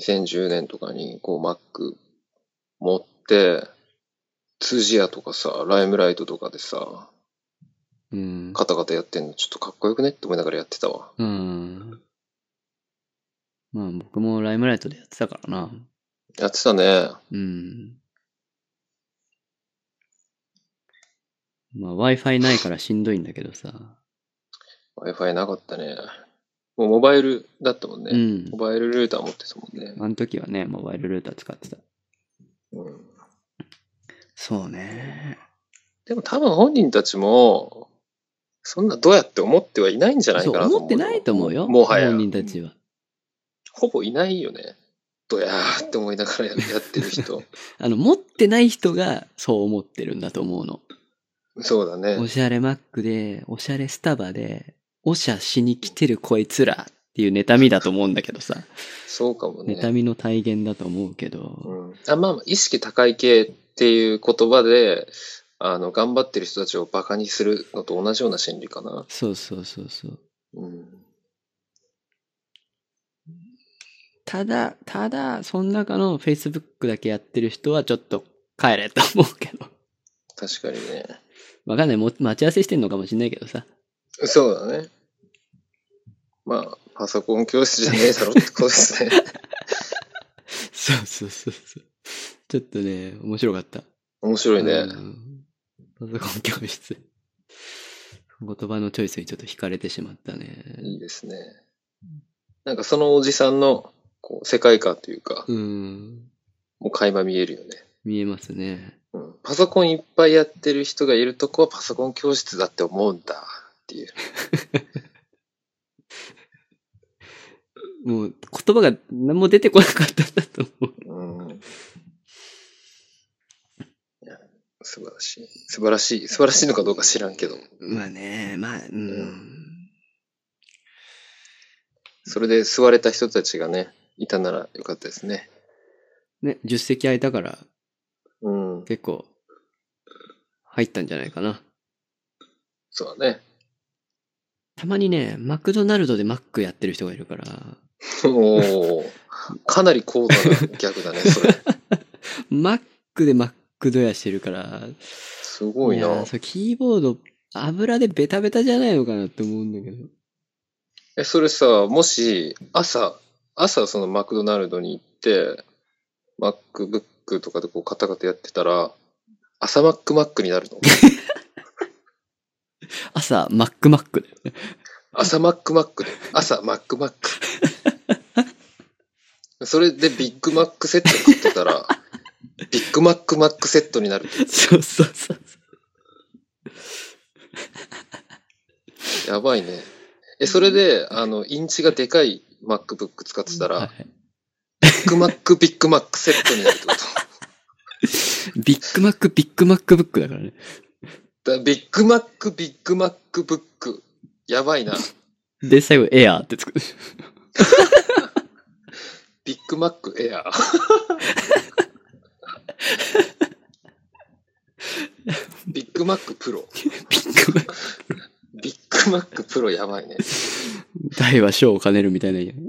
Speaker 2: 2010年とかに、こう、Mac 持って、ツージアとかさ、ライムライトとかでさ、カタカタやってんのちょっとかっこよくねって思いながらやってたわ。
Speaker 1: まあ僕もライムライトでやってたからな。
Speaker 2: やってたね。
Speaker 1: まあ Wi-Fi ないからしんどいんだけどさ。
Speaker 2: Wi-Fi なかったね。もうモバイルだったもんね。モバイルルーター持ってたもんね。
Speaker 1: あの時はね、モバイルルーター使ってた。そうね。
Speaker 2: でも多分本人たちも、そんなどうやって思ってはいないんじゃないかなと思う。
Speaker 1: 思ってないと思うよ。
Speaker 2: もはや。
Speaker 1: 本人たちは。
Speaker 2: ほぼいないよね。どやーって思いながらやってる人。
Speaker 1: 持ってない人がそう思ってるんだと思うの。
Speaker 2: そうだね。
Speaker 1: おしゃれマックで、おしゃれスタバで、おしゃしに来てるこいつらっていう妬みだと思うんだけどさ。
Speaker 2: そうかもね。
Speaker 1: 妬みの体現だと思うけど。
Speaker 2: まあ、意識高い系っていう言葉で、頑張ってる人たちをバカにするのと同じような心理かな。
Speaker 1: そうそうそうそう。ただ、その中の Facebook だけやってる人はちょっと帰れと思うけど。
Speaker 2: 確かにね。
Speaker 1: わかんない。待ち合わせしてんのかもしんないけどさ。
Speaker 2: そうだね。まあ、パソコン教室じゃねえだろってことですね。
Speaker 1: そうそうそうそう。ちょっとね、面白かった。
Speaker 2: 面白いね。
Speaker 1: パソコン教室。言葉のチョイスにちょっと惹かれてしまったね。
Speaker 2: いいですね。なんかそのおじさんのこう世界観というか、もう垣間見えるよね。
Speaker 1: 見えますね。
Speaker 2: パソコンいっぱいやってる人がいるとこはパソコン教室だって思うんだっていう。
Speaker 1: もう言葉が何も出てこなかったんだと思う。
Speaker 2: 素晴らしい。素晴らしい。素晴らしいのかどうか知らんけど。
Speaker 1: まあね、まあ、
Speaker 2: それで座れた人たちがね、いたならよかったですね。
Speaker 1: ね、10席空いたから、結構、入ったんじゃないかな。
Speaker 2: そうだね。
Speaker 1: たまにね、マクドナルドでマックやってる人がいるから。
Speaker 2: おー、かなり高度なギャグだね、それ。
Speaker 1: マックでマックドヤしてるから。
Speaker 2: すごいな。
Speaker 1: いや、それキーボード、油でベタベタじゃないのかなって思うんだけど。
Speaker 2: それさ、もし、朝そのマクドナルドに行って、MacBook とかでこうカタカタやってたら、朝マックになるの
Speaker 1: 朝、マックだよね。
Speaker 2: 朝マックで、朝マック。それでビッグマックセット食ってたら、ビッグマックセットになる。
Speaker 1: そうそうそう。
Speaker 2: やばいね。それで、インチがでかい MacBook 使ってたら、ビッグマックセットになるってこと
Speaker 1: ビッグマックブックだからね。
Speaker 2: ビッグマックブック。やばいな。
Speaker 1: で、最後エアーってつく。
Speaker 2: ビッグマックエアー。ビッグマックプロ。ビッグマックプロやばいね。
Speaker 1: 大は小を兼ねるみたいな。い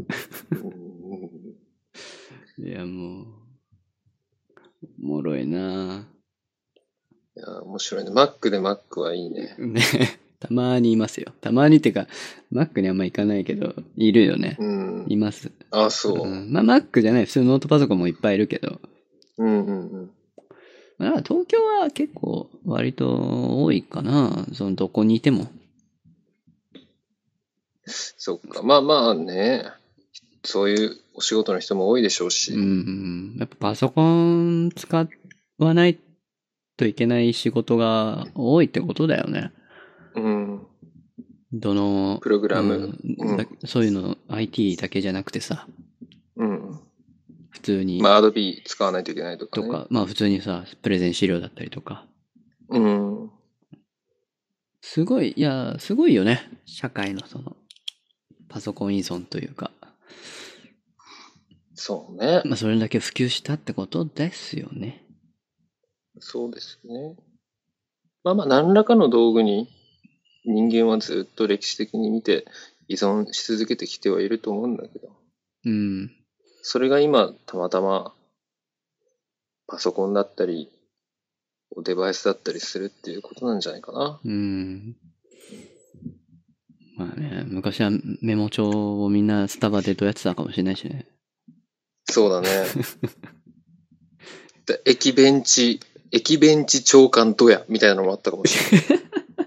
Speaker 1: や、もう、おもろいな。
Speaker 2: いや、面白いね。Mac で Mac はいいね。
Speaker 1: ね。たまにいますよ。たまにっていうか、Mac にあんま行かないけど、いるよね。
Speaker 2: うん。
Speaker 1: います。
Speaker 2: あ、そう。
Speaker 1: まあ Mac じゃない、普通のノートパソコンもいっぱいいるけど。
Speaker 2: うんうんうん。
Speaker 1: まあ東京は結構割と多いかな。どこにいても。
Speaker 2: そっか。まあまあね。そういうお仕事の人も多いでしょうし。
Speaker 1: やっぱパソコン使わないといけない仕事が多いってことだよね。
Speaker 2: うん。
Speaker 1: どの、
Speaker 2: プログラム。
Speaker 1: そういうの IT だけじゃなくてさ、
Speaker 2: うん。
Speaker 1: 普通に。
Speaker 2: まあ Adobe 使わないといけないとかね。
Speaker 1: とか、まあ普通にさ、プレゼン資料だったりとか。
Speaker 2: うん。
Speaker 1: すごい、いや、すごいよね。社会のパソコン依存というか。
Speaker 2: そうね。
Speaker 1: まあそれだけ普及したってことですよね。
Speaker 2: そうですね。まあまあ何らかの道具に人間はずっと歴史的に見て依存し続けてきてはいると思うんだけど。
Speaker 1: うん。
Speaker 2: それが今たまたまパソコンだったりデバイスだったりするっていうことなんじゃないかな。
Speaker 1: まあね、昔はメモ帳をみんなスタバでどうやってたかもしれないしね。
Speaker 2: そうだね。で駅ベンチ長官ドヤみたいなのもあったかもしれない。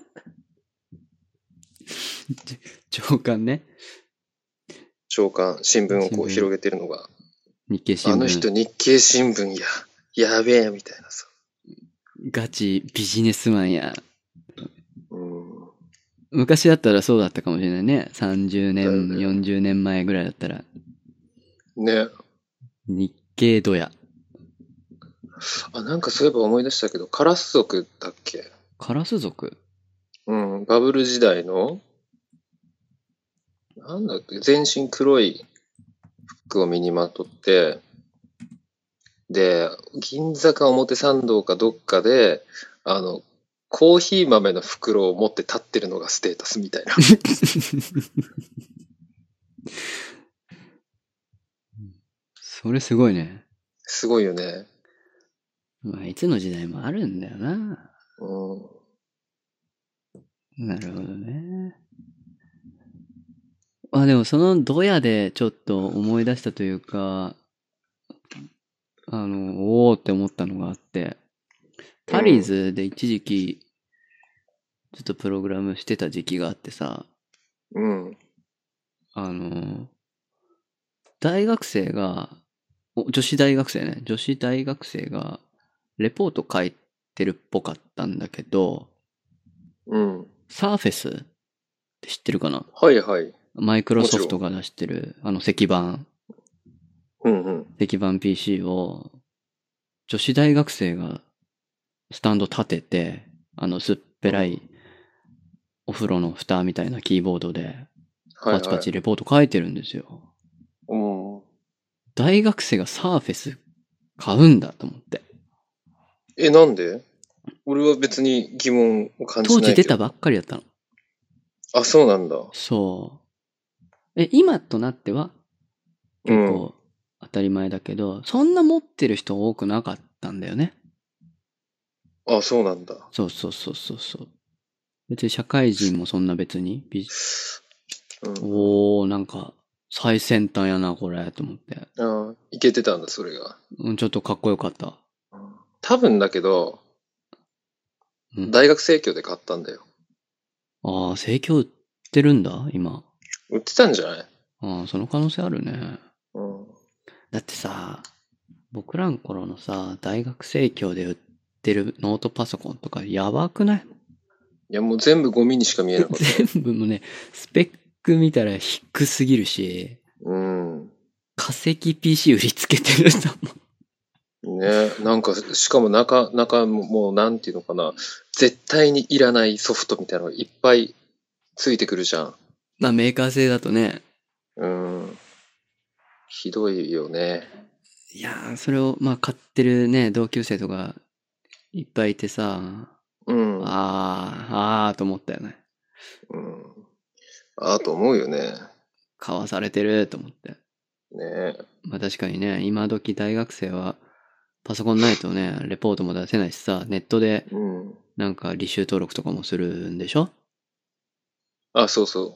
Speaker 1: 長官ね。
Speaker 2: 長官、新聞をこう広げてるのが。
Speaker 1: 日経新聞。
Speaker 2: あの人日経新聞やべえみたいなさ。
Speaker 1: ガチビジネスマンや。
Speaker 2: うん。
Speaker 1: 昔だったらそうだったかもしれないね。30年、
Speaker 2: ね、
Speaker 1: 40年前ぐらいだったら。
Speaker 2: ね。
Speaker 1: 日経ドヤ。
Speaker 2: あ、なんかそういえば思い出したけど、カラス族だっけ？
Speaker 1: カラス族？
Speaker 2: うん、バブル時代の、なんだっけ、全身黒い服を身にまとって、で、銀座か表参道かどっかで、コーヒー豆の袋を持って立ってるのがステータスみたいな。
Speaker 1: それすごいね。
Speaker 2: すごいよね。
Speaker 1: まあ、いつの時代もあるんだよな。
Speaker 2: うん。
Speaker 1: なるほどね。あ、でもそのドヤでちょっと思い出したというか、おーって思ったのがあって、タリーズで一時期、ちょっとプログラムしてた時期があってさ、
Speaker 2: うん。
Speaker 1: 大学生が、女子大学生ね、女子大学生が、レポート書いてるっぽかったんだけど、
Speaker 2: うん。
Speaker 1: サーフェスって知ってるかな？
Speaker 2: はいはい。
Speaker 1: マイクロソフトが出してる、石板。
Speaker 2: うんうん。
Speaker 1: 石板 PC を、女子大学生がスタンド立てて、薄っぺらいお風呂の蓋みたいなキーボードで、パチパチレポート書いてるんですよ。
Speaker 2: うん。
Speaker 1: 大学生がサーフェス買うんだと思って。
Speaker 2: なんで？俺は別に疑問を感じないけど。
Speaker 1: 当時出たばっかりだったの。
Speaker 2: あ、そうなんだ。
Speaker 1: そう。今となっては結構当たり前だけど、そんな持ってる人多くなかったんだよね。
Speaker 2: あ、そうなんだ。
Speaker 1: そう。別に社会人もそんな別におー、なんか最先端やな、これ、と思って。
Speaker 2: あ、いけてたんだ、それが。
Speaker 1: ちょっとかっこよかった。
Speaker 2: 多分だけど、大学生協で買ったんだよ。
Speaker 1: ああ、生協売ってるんだ、今。
Speaker 2: 売ってたんじゃない？
Speaker 1: ああ、その可能性あるね。
Speaker 2: うん。
Speaker 1: だってさ、僕らの頃のさ、大学生協で売ってるノートパソコンとかやばくない？
Speaker 2: いや、もう全部ゴミにしか見えなかった。
Speaker 1: 全部もね、スペック見たら低すぎるし、
Speaker 2: うん。
Speaker 1: 化石 PC 売りつけてるんだもん。
Speaker 2: ね、なんか、しかも中もうなんていうのかな、絶対にいらないソフトみたいなのがいっぱいついてくるじゃん。
Speaker 1: まあメーカー製だとね。
Speaker 2: うん。ひどいよね。
Speaker 1: いやー、それをまあ買ってるね、同級生とかいっぱいいてさ、
Speaker 2: うん。
Speaker 1: あーと思ったよね。
Speaker 2: うん。ああと思うよね。
Speaker 1: 買わされてると思って。
Speaker 2: ね。
Speaker 1: まあ確かにね、今時大学生はパソコンないとね、レポートも出せないしさ、ネットで、なんか履修登録とかもするんでしょ？
Speaker 2: あ、そうそう。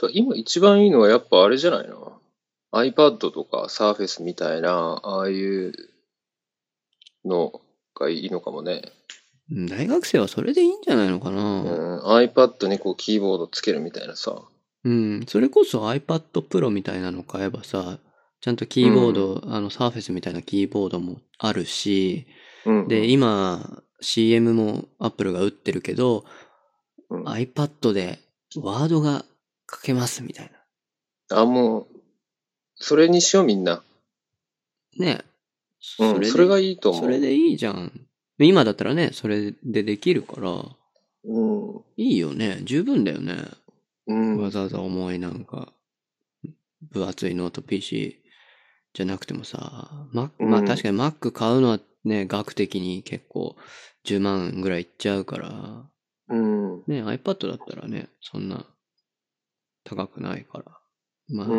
Speaker 2: 今一番いいのはやっぱあれじゃないの？ iPad とか Surface みたいな、ああいうのがいいのかもね。
Speaker 1: 大学生はそれでいいんじゃないのかな。
Speaker 2: iPad にこうキーボードつけるみたいなさ。
Speaker 1: それこそ iPad Pro みたいなの買えばさ、ちゃんとキーボード、Surface みたいなキーボードもあるし、で、今、CM も Apple が打ってるけど、iPad でワードが書けますみたい
Speaker 2: な。もう、それにしようみんな。
Speaker 1: ね。
Speaker 2: それがいいと思う。
Speaker 1: それでいいじゃん。今だったらね、それでできるから、いいよね。十分だよね。わざわざ重いなんか、分厚いノート PC じゃなくてもさ、まあ確かに Mac 買うのはね、額的に結構10万ぐらいいっちゃうから、ね、iPad だったらね、そんな高くないから。まあ、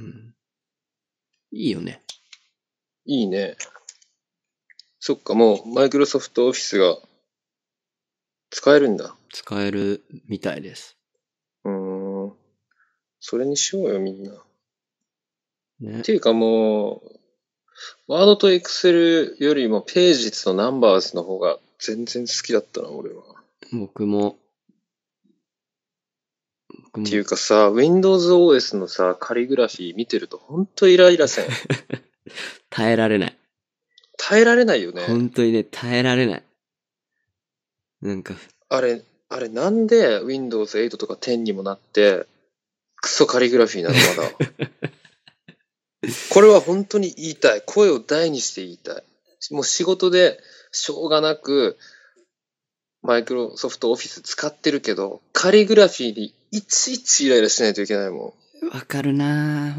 Speaker 1: いいよね。
Speaker 2: いいね。そっか、もう、マイクロソフトオフィスが使えるんだ。
Speaker 1: 使えるみたいです。
Speaker 2: それにしようよ、みんな。ね、っていうかもう、ワードとエクセルよりもページとナンバーズの方が全然好きだったな、俺は。
Speaker 1: 僕も。
Speaker 2: っていうかさ、Windows OS のさ、カリグラフィー見てるとほんとイライラせん。
Speaker 1: 耐えられない。
Speaker 2: 耐えられないよね。
Speaker 1: 本当にね、耐えられない。なんか。
Speaker 2: あれなんで Windows 8とか10にもなって、クソカリグラフィーなのまだ。これは本当に言いたい。声を大にして言いたい。もう仕事でしょうがなく、マイクロソフトオフィス使ってるけど、カリグラフィーにいちいちイライラしないといけないも
Speaker 1: ん。わかるな。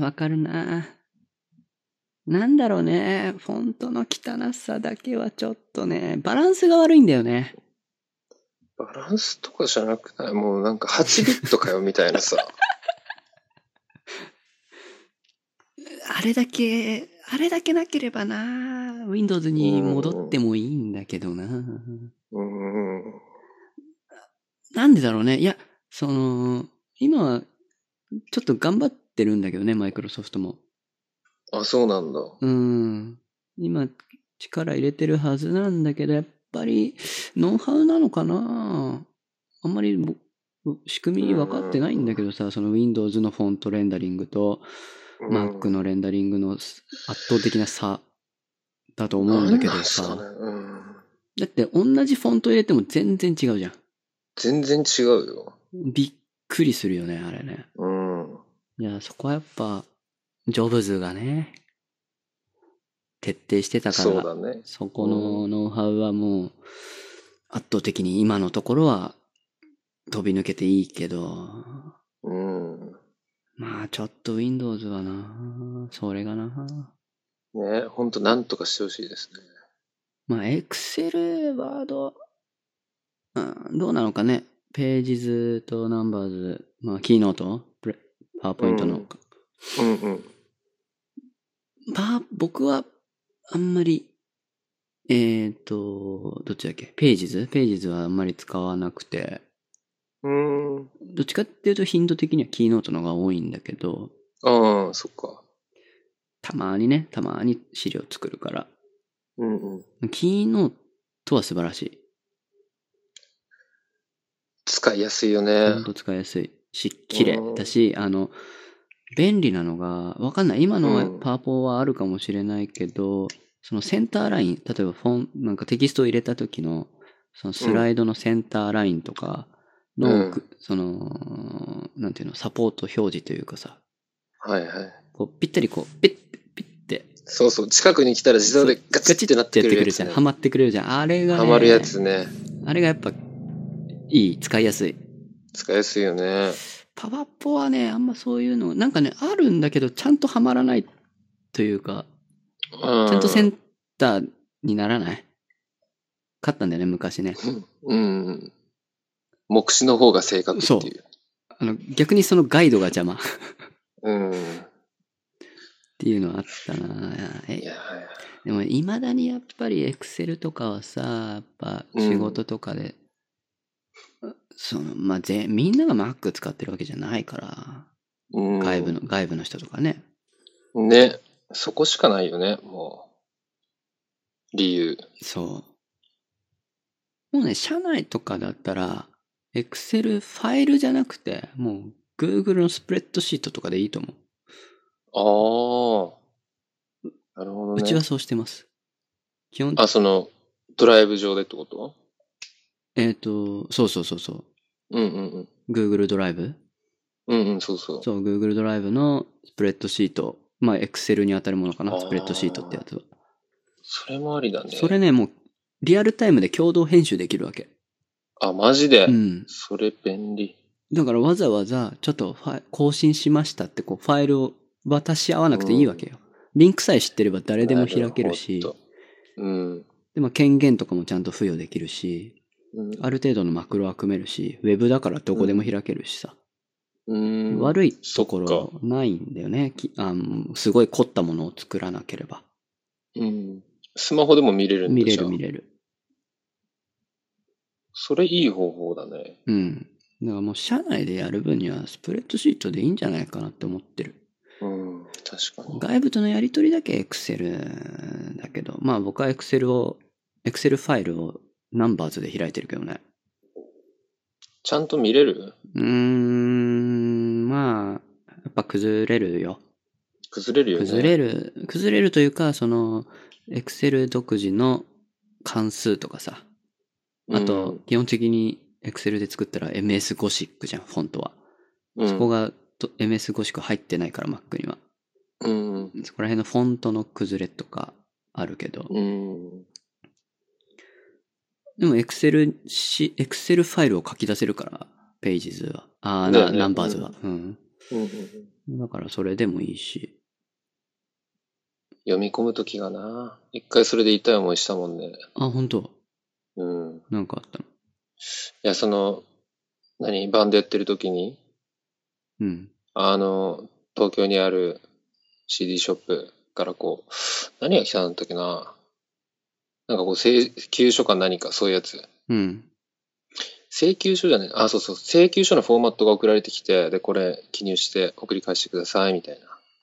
Speaker 1: なんだろうね。フォントの汚さだけはちょっとね、バランスが悪いんだよね。
Speaker 2: バランスとかじゃなくない？もうなんか8ビットかよみたいなさ。
Speaker 1: あれだけなければな、Windows に戻ってもいいんだけどな。なんでだろうね。いや、今は、ちょっと頑張ってるんだけどね、マイクロソフトも。
Speaker 2: あ、そうなんだ。
Speaker 1: 今、力入れてるはずなんだけど、やっぱり、ノウハウなのかな？あんまり、仕組み分かってないんだけどさ、その Windows のフォントレンダリングと、Mac のレンダリングの圧倒的な差だと思うんだけどさ。だって同じフォント入れても全然違うじゃん。
Speaker 2: 全然違うよ。
Speaker 1: びっくりするよね、あれね。いや、そこはやっぱ、ジョブズがね、徹底してたから、
Speaker 2: そうだね。
Speaker 1: そこのノウハウはもう、圧倒的に今のところは飛び抜けていいけど、まあちょっと Windows はな、それがな。
Speaker 2: ね、ほんとなんとかしてほしいですね。
Speaker 1: まあ Excel、Word、どうなのかね。ページズとナンバーズ、まあキーノート、パワーポイントの。僕はあんまり、どっちだっけ？ページズはあんまり使わなくて。どっちかっていうと頻度的にはキーノートの方が多いんだけど。
Speaker 2: ああ、そっか。
Speaker 1: たまに資料作るから。キーノートは素晴らしい。
Speaker 2: 使いやすいよね。
Speaker 1: ほんと使いやすいし、綺麗だし、便利なのが、わかんない。今のパワポはあるかもしれないけど、そのセンターライン、例えばなんかテキストを入れた時の、そのスライドのセンターラインとかの、なんていうの、サポート表示というかさ。
Speaker 2: はいはい。
Speaker 1: こう、ぴったりこう、ピッて。
Speaker 2: そうそう、近くに来たら自動でガチッてなってくれるやつ、ね。
Speaker 1: はまってくれるじゃん。あれがね。
Speaker 2: はまるやつね。
Speaker 1: あれがやっぱ、いい、使いやすい。
Speaker 2: 使いやすいよね。
Speaker 1: パワポはね、あんまそういうの、なんかね、あるんだけど、ちゃんとはまらないというか、ちゃんとセンターにならないかったんだよね、昔ね。
Speaker 2: 目視の方が正確っていう。
Speaker 1: そう。逆にそのガイドが邪魔。 っていうのはあったな。でも未だにやっぱり Excel とかはさ、やっぱ仕事とかで、まあ、みんなが Mac 使ってるわけじゃないから、外部の人とかね。
Speaker 2: ね、そこしかないよね、もう。理由。
Speaker 1: そう。もうね、社内とかだったら、Excel ファイルじゃなくて、もう Google のスプレッドシートとかでいいと思
Speaker 2: う。なるほどね。
Speaker 1: うちはそうしてます。
Speaker 2: 基本。ドライブ上でってこと？
Speaker 1: そうそう。Google ドライブ？
Speaker 2: そうそう。
Speaker 1: そう、Google ドライブのスプレッドシート。まあ、Excel に当たるものかな、スプレッドシートってやつは。
Speaker 2: それもありだね。
Speaker 1: それね、もう、リアルタイムで共同編集できるわけ。
Speaker 2: マジで？
Speaker 1: うん。
Speaker 2: それ便利。
Speaker 1: だからわざわざ、ちょっと更新しましたってファイルを渡し合わなくていいわけよ。リンクさえ知ってれば誰でも開けるし。でも権限とかもちゃんと付与できるし、ある程度のマクロは組めるし、ウェブだからどこでも開けるしさ。悪いところないんだよね。すごい凝ったものを作らなければ。
Speaker 2: スマホでも見れるんだ。
Speaker 1: 見れる。
Speaker 2: それいい方法だね。
Speaker 1: だからもう社内でやる分にはスプレッドシートでいいんじゃないかなって思ってる。
Speaker 2: 確かに。
Speaker 1: 外部とのやり取りだけ Excel だけど、まあ僕は Excel ファイルをナンバーズで開いてるけどね。
Speaker 2: ちゃんと見れる？
Speaker 1: まあ、やっぱ崩れるよ。
Speaker 2: 崩れるよね。
Speaker 1: 崩れるというか、Excel 独自の関数とかさ。あと、基本的に Excel で作ったら MS ゴシックじゃん、フォントは。そこがMS ゴシック入ってないから、Mac には。そこら辺のフォントの崩れとかあるけど。でも Excel ファイルを書き出せるから、ページズは。ナンバーズは。だからそれでもいいし。
Speaker 2: 読み込むときがな。一回それで痛い思いしたもんね。
Speaker 1: 本当？なんかあったの？
Speaker 2: いや、バンドやってるときに、東京にある CD ショップから何が来たんだっけな。なんか請求書か何か、そういうやつ。請求書じゃねえ。そうそう。請求書のフォーマットが送られてきて、で、これ記入して送り返してください、みたい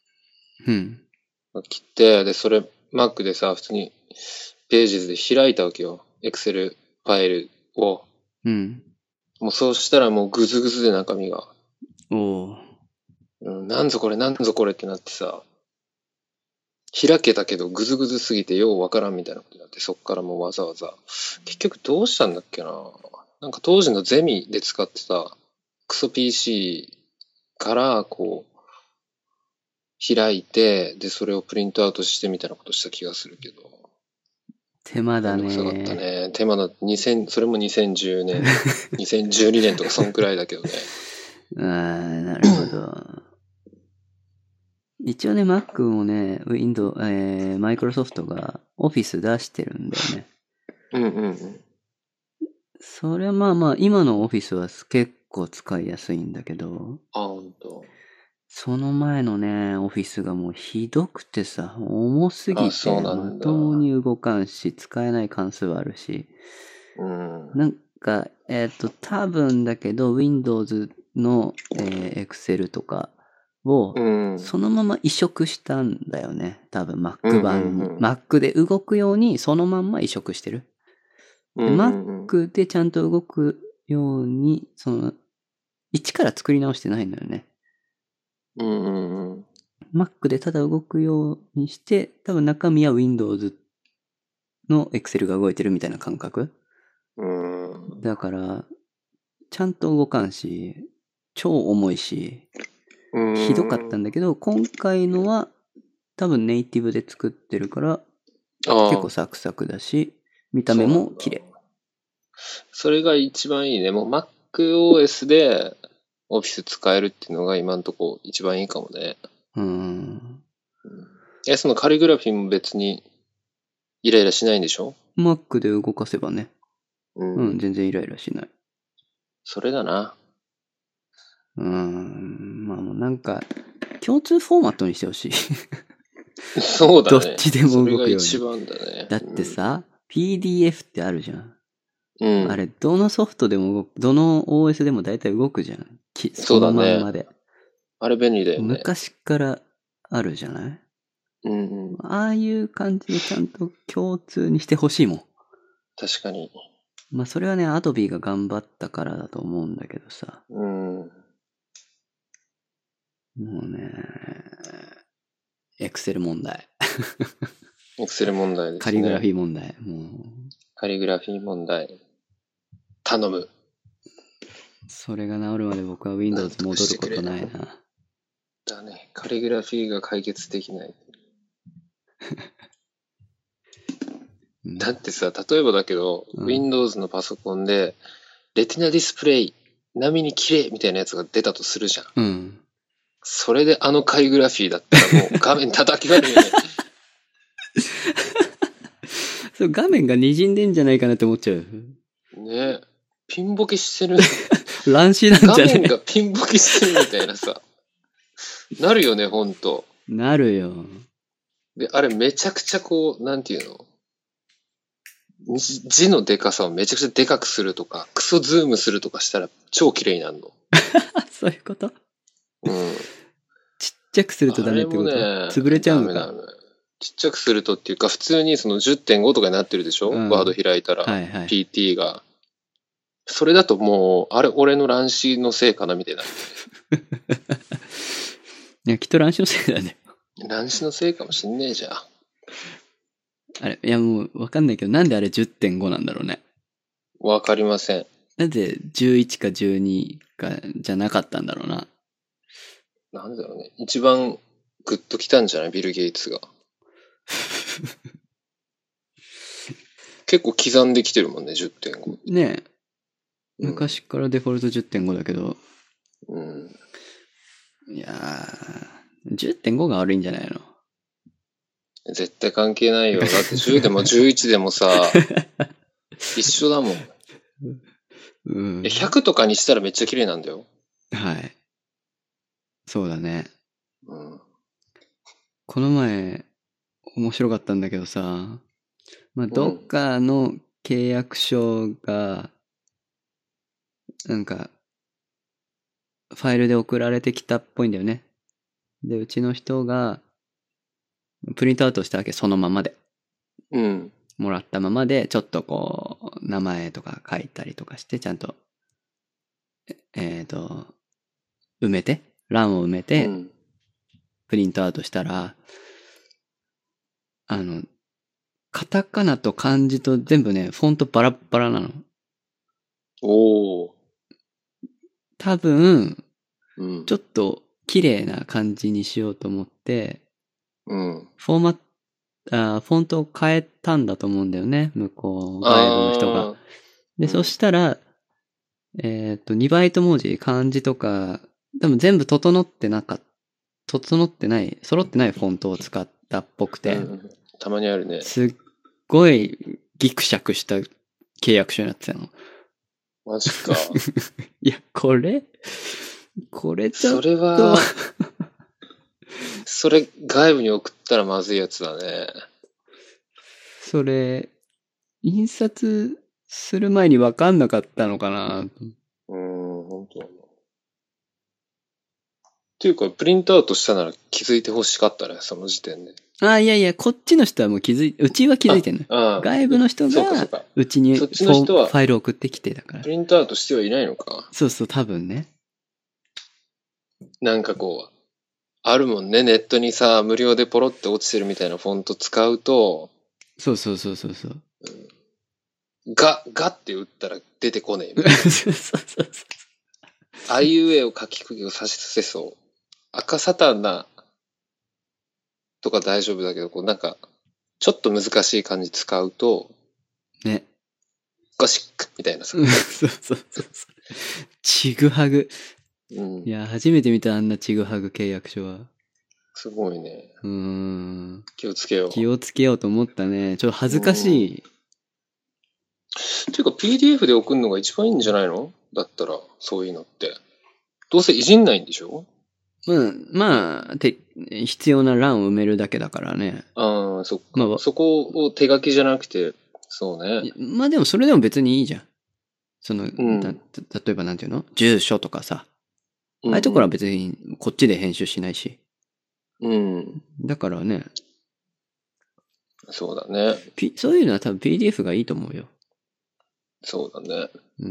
Speaker 2: な。来て、で、それ、Mac でさ、普通にページ図で開いたわけよ。Excel ファイルを。もうそうしたらもうグズグズで中身が。なんぞこれってなってさ。開けたけどグズグズすぎてようわからんみたいなことになって、そっからもうわざわざ。結局どうしたんだっけな。なんか当時のゼミで使ってたクソ PC から開いて、で、それをプリントアウトしてみたいなことした気がするけど。
Speaker 1: 手間だね。
Speaker 2: めんどくさかったね。手間だ。それも2010年、2012年とかそんくらいだけどね。
Speaker 1: なるほど。一応ね、Mac もね、マイクロソフトが Office 出してるんだよね。それはまあ今の Office は結構使いやすいんだけど。
Speaker 2: ほんと。
Speaker 1: その前のね、Office がもうひどくてさ、重すぎて、まともに動かんし、使えない関数はあるし。なんか、多分だけど、Windows の、Excel とかを、そのまま移植したんだよね。多分 Mac 版に。Mac で動くように、そのまんま移植してる。Mac でちゃんと動くように、一から作り直してないんだよね。Mac でただ動くようにして、多分中身は Windows の Excel が動いてるみたいな感覚。だから、ちゃんと動かんし、超重いし、ひどかったんだけど、今回のは多分ネイティブで作ってるから、結構サクサクだし、見た目も綺麗。
Speaker 2: それが一番いいね。もう MacOS で Office 使えるっていうのが今んとこ一番いいかもね。そのカリグラフィーも別にイライラしないんでしょ？
Speaker 1: Mac で動かせばね。全然イライラしない。
Speaker 2: それだな。
Speaker 1: まあもうなんか、共通フォーマットにしてほしい。
Speaker 2: そうだね。
Speaker 1: どっちでも動くように。
Speaker 2: それが一番だね。
Speaker 1: だってさ、PDF ってあるじゃん。
Speaker 2: うん。
Speaker 1: あれ、どのソフトでも動く、どの OS でも大体動くじゃん。そのまんまで。
Speaker 2: あれ便利だよね。
Speaker 1: 昔からあるじゃない？
Speaker 2: うんうん。
Speaker 1: ああいう感じでちゃんと共通にしてほしいもん。
Speaker 2: 確かに。
Speaker 1: まあそれはね、アドビが頑張ったからだと思うんだけどさ。
Speaker 2: うん。
Speaker 1: もうね、エクセル問題。
Speaker 2: エクセル問題ですね。
Speaker 1: カリグラフィー問題。もう。
Speaker 2: カリグラフィー問題。頼む。
Speaker 1: それが治るまで僕は Windows 戻ることないな。
Speaker 2: だね。カリグラフィーが解決できない。だってさ、例えばだけど、Windows のパソコンで、レティナディスプレイ、並みに綺麗みたいなやつが出たとするじゃん。
Speaker 1: うん。
Speaker 2: それでカリグラフィーだったらもう画面叩き割るよね。
Speaker 1: そう画面が滲んでんじゃないかなって思っちゃう。
Speaker 2: ね、ピンボケしてる。
Speaker 1: 乱視なんじゃない？
Speaker 2: 画面がピンボケしてるみたいなさ。なるよね、ほんと。
Speaker 1: なるよ。
Speaker 2: で、あれめちゃくちゃこう、なんていうの？字のでかさをめちゃくちゃでかくするとか、クソズームするとかしたら超綺麗になるの。
Speaker 1: そういうこと？
Speaker 2: うん。
Speaker 1: ちっちゃくするとダメってこと？潰れちゃうのか。
Speaker 2: ダメ。ちっちゃくするとっていうか、普通にその 10.5 とかになってるでしょ、ワード開いたら、
Speaker 1: はいはい、
Speaker 2: PT が。それだともう、あれ、俺の乱視のせいかなみたいな。い
Speaker 1: や、きっと乱視のせいだね。
Speaker 2: 乱視のせいかもしんねえじゃん。
Speaker 1: あれ、いやもうわかんないけど、なんであれ 10.5 なんだろうね。
Speaker 2: わかりません。
Speaker 1: なんで11か12かじゃなかったんだろうな。
Speaker 2: なんでだろうね。一番グッときたんじゃないビル・ゲイツが。結構刻んできてるもんね、10.5。
Speaker 1: ねえ。昔からデフォルト 10.5 だけど。
Speaker 2: うん。
Speaker 1: いやー、10.5 が悪いんじゃないの？
Speaker 2: 絶対関係ないよ。だって10でも11でもさ、一緒だもん。うん。100とかにしたらめっちゃ綺麗なんだよ。
Speaker 1: はい。そうだね。
Speaker 2: うん。
Speaker 1: この前、面白かったんだけどさ、まあ、どっかの契約書が、なんか、ファイルで送られてきたっぽいんだよね。で、うちの人が、プリントアウトしたわけ、そのままで。
Speaker 2: うん。
Speaker 1: もらったままで、ちょっとこう、名前とか書いたりとかして、ちゃんと、埋めて、欄を埋めて、プリントアウトしたら、カタカナと漢字と全部ね、フォントバラッバラなの。
Speaker 2: おー。
Speaker 1: 多分、ちょっと綺麗な感じにしようと思って、フォントを変えたんだと思うんだよね、向こう、外部の人が。で、そしたら、2バイト文字、漢字とか、多分全部整ってない、揃ってないフォントを使ったっぽくて。
Speaker 2: たまにあるね。
Speaker 1: すっごいギクシャクした契約書になってたの。
Speaker 2: マジか。
Speaker 1: いや、これちょっと。
Speaker 2: それは、それ外部に送ったらまずいやつだね。
Speaker 1: それ、印刷する前に分かんなかったのかな。
Speaker 2: 本当だな。っていうか、プリントアウトしたなら気づいてほしかったね、その時点で。
Speaker 1: いや、こっちの人はもううちは気づいてんの。外部の人が、うちにファイル送ってきてだから。
Speaker 2: プリントアウトしてはいないのか。
Speaker 1: そうそう、多分ね。
Speaker 2: なんかこう、あるもんね、ネットにさ、無料でポロって落ちてるみたいなフォント使うと、
Speaker 1: そう。
Speaker 2: がって打ったら出てこねえみたいな。そう。あいうえを書き釘を差しせそう。赤サタンなとか大丈夫だけど、こうなんか、ちょっと難しい感じ使うと、
Speaker 1: ね。
Speaker 2: ゴシックみたいなさ。
Speaker 1: そう。ちぐはぐ。いや、初めて見たあんなちぐはぐ契約書は。
Speaker 2: すごいね。気をつ
Speaker 1: けようと思ったね。ちょっと恥ずかしい。
Speaker 2: っていうか PDF で送るのが一番いいんじゃないの？だったら、そういうのって。どうせいじんないんでしょ？
Speaker 1: まあ、必要な欄を埋めるだけだからね。
Speaker 2: ああ、そっか。まあ、そこを手書きじゃなくて、そうね。
Speaker 1: まあでもそれでも別にいいじゃん。例えばなんていうの？住所とかさ。ああいうところは別にこっちで編集しないし。だからね。
Speaker 2: そうだね。
Speaker 1: そういうのは多分 PDF がいいと思うよ。
Speaker 2: そうだね。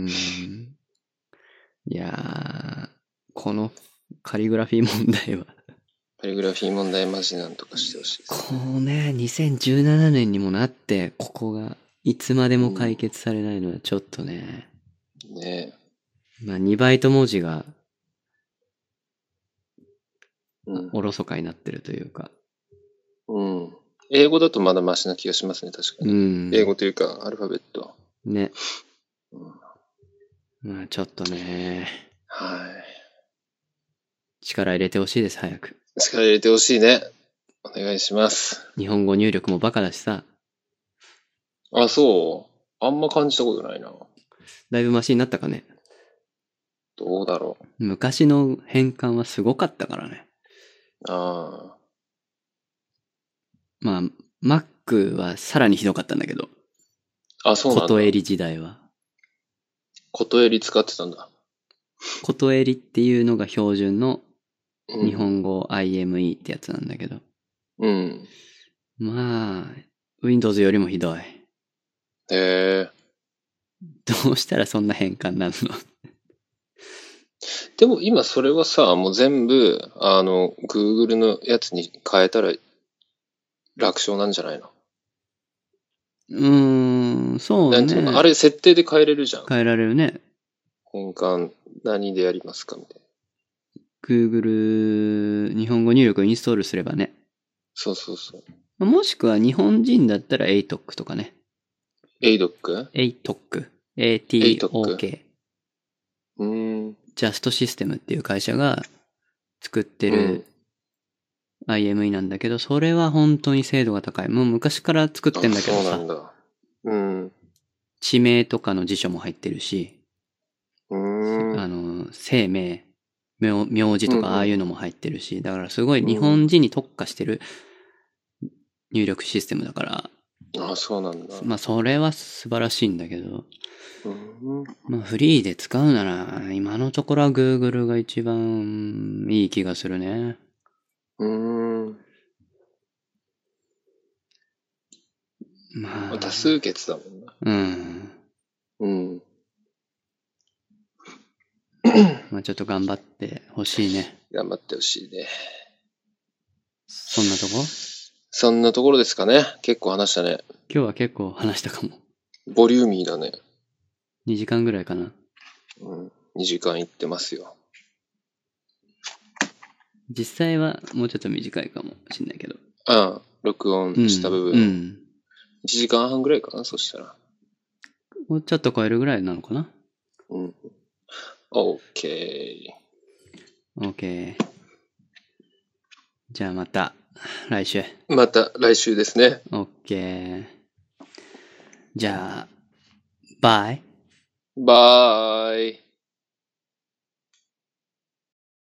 Speaker 1: いやー、このカリグラフィー問題は。
Speaker 2: カリグラフィー問題マジなんとかしてほしいです。
Speaker 1: こうね、2017年にもなって、ここがいつまでも解決されないのはちょっとね。
Speaker 2: ね
Speaker 1: まあ2バイト文字が、おろそかになってるというか。
Speaker 2: 英語だとまだマシな気がしますね、確かに。英語というか、アルファベット。
Speaker 1: ね。まあちょっとね。
Speaker 2: はい。
Speaker 1: 力入れてほしいです、早く。
Speaker 2: 力入れてほしいね。お願いします。
Speaker 1: 日本語入力もバカだしさ。
Speaker 2: あ、そう。あんま感じたことないな。
Speaker 1: だいぶマシになったかね。
Speaker 2: どうだろ
Speaker 1: う。昔の変換はすごかったからね。
Speaker 2: ああ。
Speaker 1: まあ、Mac はさらにひどかったんだけど。
Speaker 2: あ、そうなんだ。
Speaker 1: ことえり時代は。
Speaker 2: ことえり使ってたんだ。
Speaker 1: ことえりっていうのが標準の日本語 IME ってやつなんだけど。まあ、Windows よりもひどい。
Speaker 2: へえ。
Speaker 1: どうしたらそんな変換になるの？
Speaker 2: でも今それはさ、もう全部、Google のやつに変えたら楽勝なんじゃないの？
Speaker 1: そうね。
Speaker 2: なんていうの？あれ設定で変えれるじゃん。
Speaker 1: 変えられるね。
Speaker 2: 変換何でやりますかみたいな。
Speaker 1: Google 日本語入力をインストールすればね。
Speaker 2: そうそうそう。
Speaker 1: もしくは日本人だったら ATOC とかね。
Speaker 2: ADOC？
Speaker 1: ATOC。ATOK。Just System っていう会社が作ってる IME なんだけど、それは本当に精度が高い。もう昔から作ってんだけどさ。そうなんだ。地名とかの辞書も入ってるし、姓名、名字とかああいうのも入ってるし、だからすごい日本人に特化してる入力システムだから。
Speaker 2: あ、そうなんだ。
Speaker 1: まあそれは素晴らしいんだけど、まあフリーで使うなら今のところは Google が一番いい気がするね。
Speaker 2: まあ多数決だもんな。
Speaker 1: まあちょっと頑張ってほしいね。
Speaker 2: 頑張ってほしいね。
Speaker 1: そんなとこ？
Speaker 2: そんなところですかね。結構話したね。
Speaker 1: 今日は結構話したかも。
Speaker 2: ボリューミーだね。
Speaker 1: 2時間ぐらいかな。
Speaker 2: 2時間いってますよ。
Speaker 1: 実際はもうちょっと短いかもしんないけど。
Speaker 2: ああ、録音した部分。1時間半ぐらいかな、そしたら。
Speaker 1: もうちょっと超えるぐらいなのかな。
Speaker 2: OK。
Speaker 1: じゃあまた来週。
Speaker 2: また来週ですね。
Speaker 1: OK。じゃあ、バイ。
Speaker 2: バイ。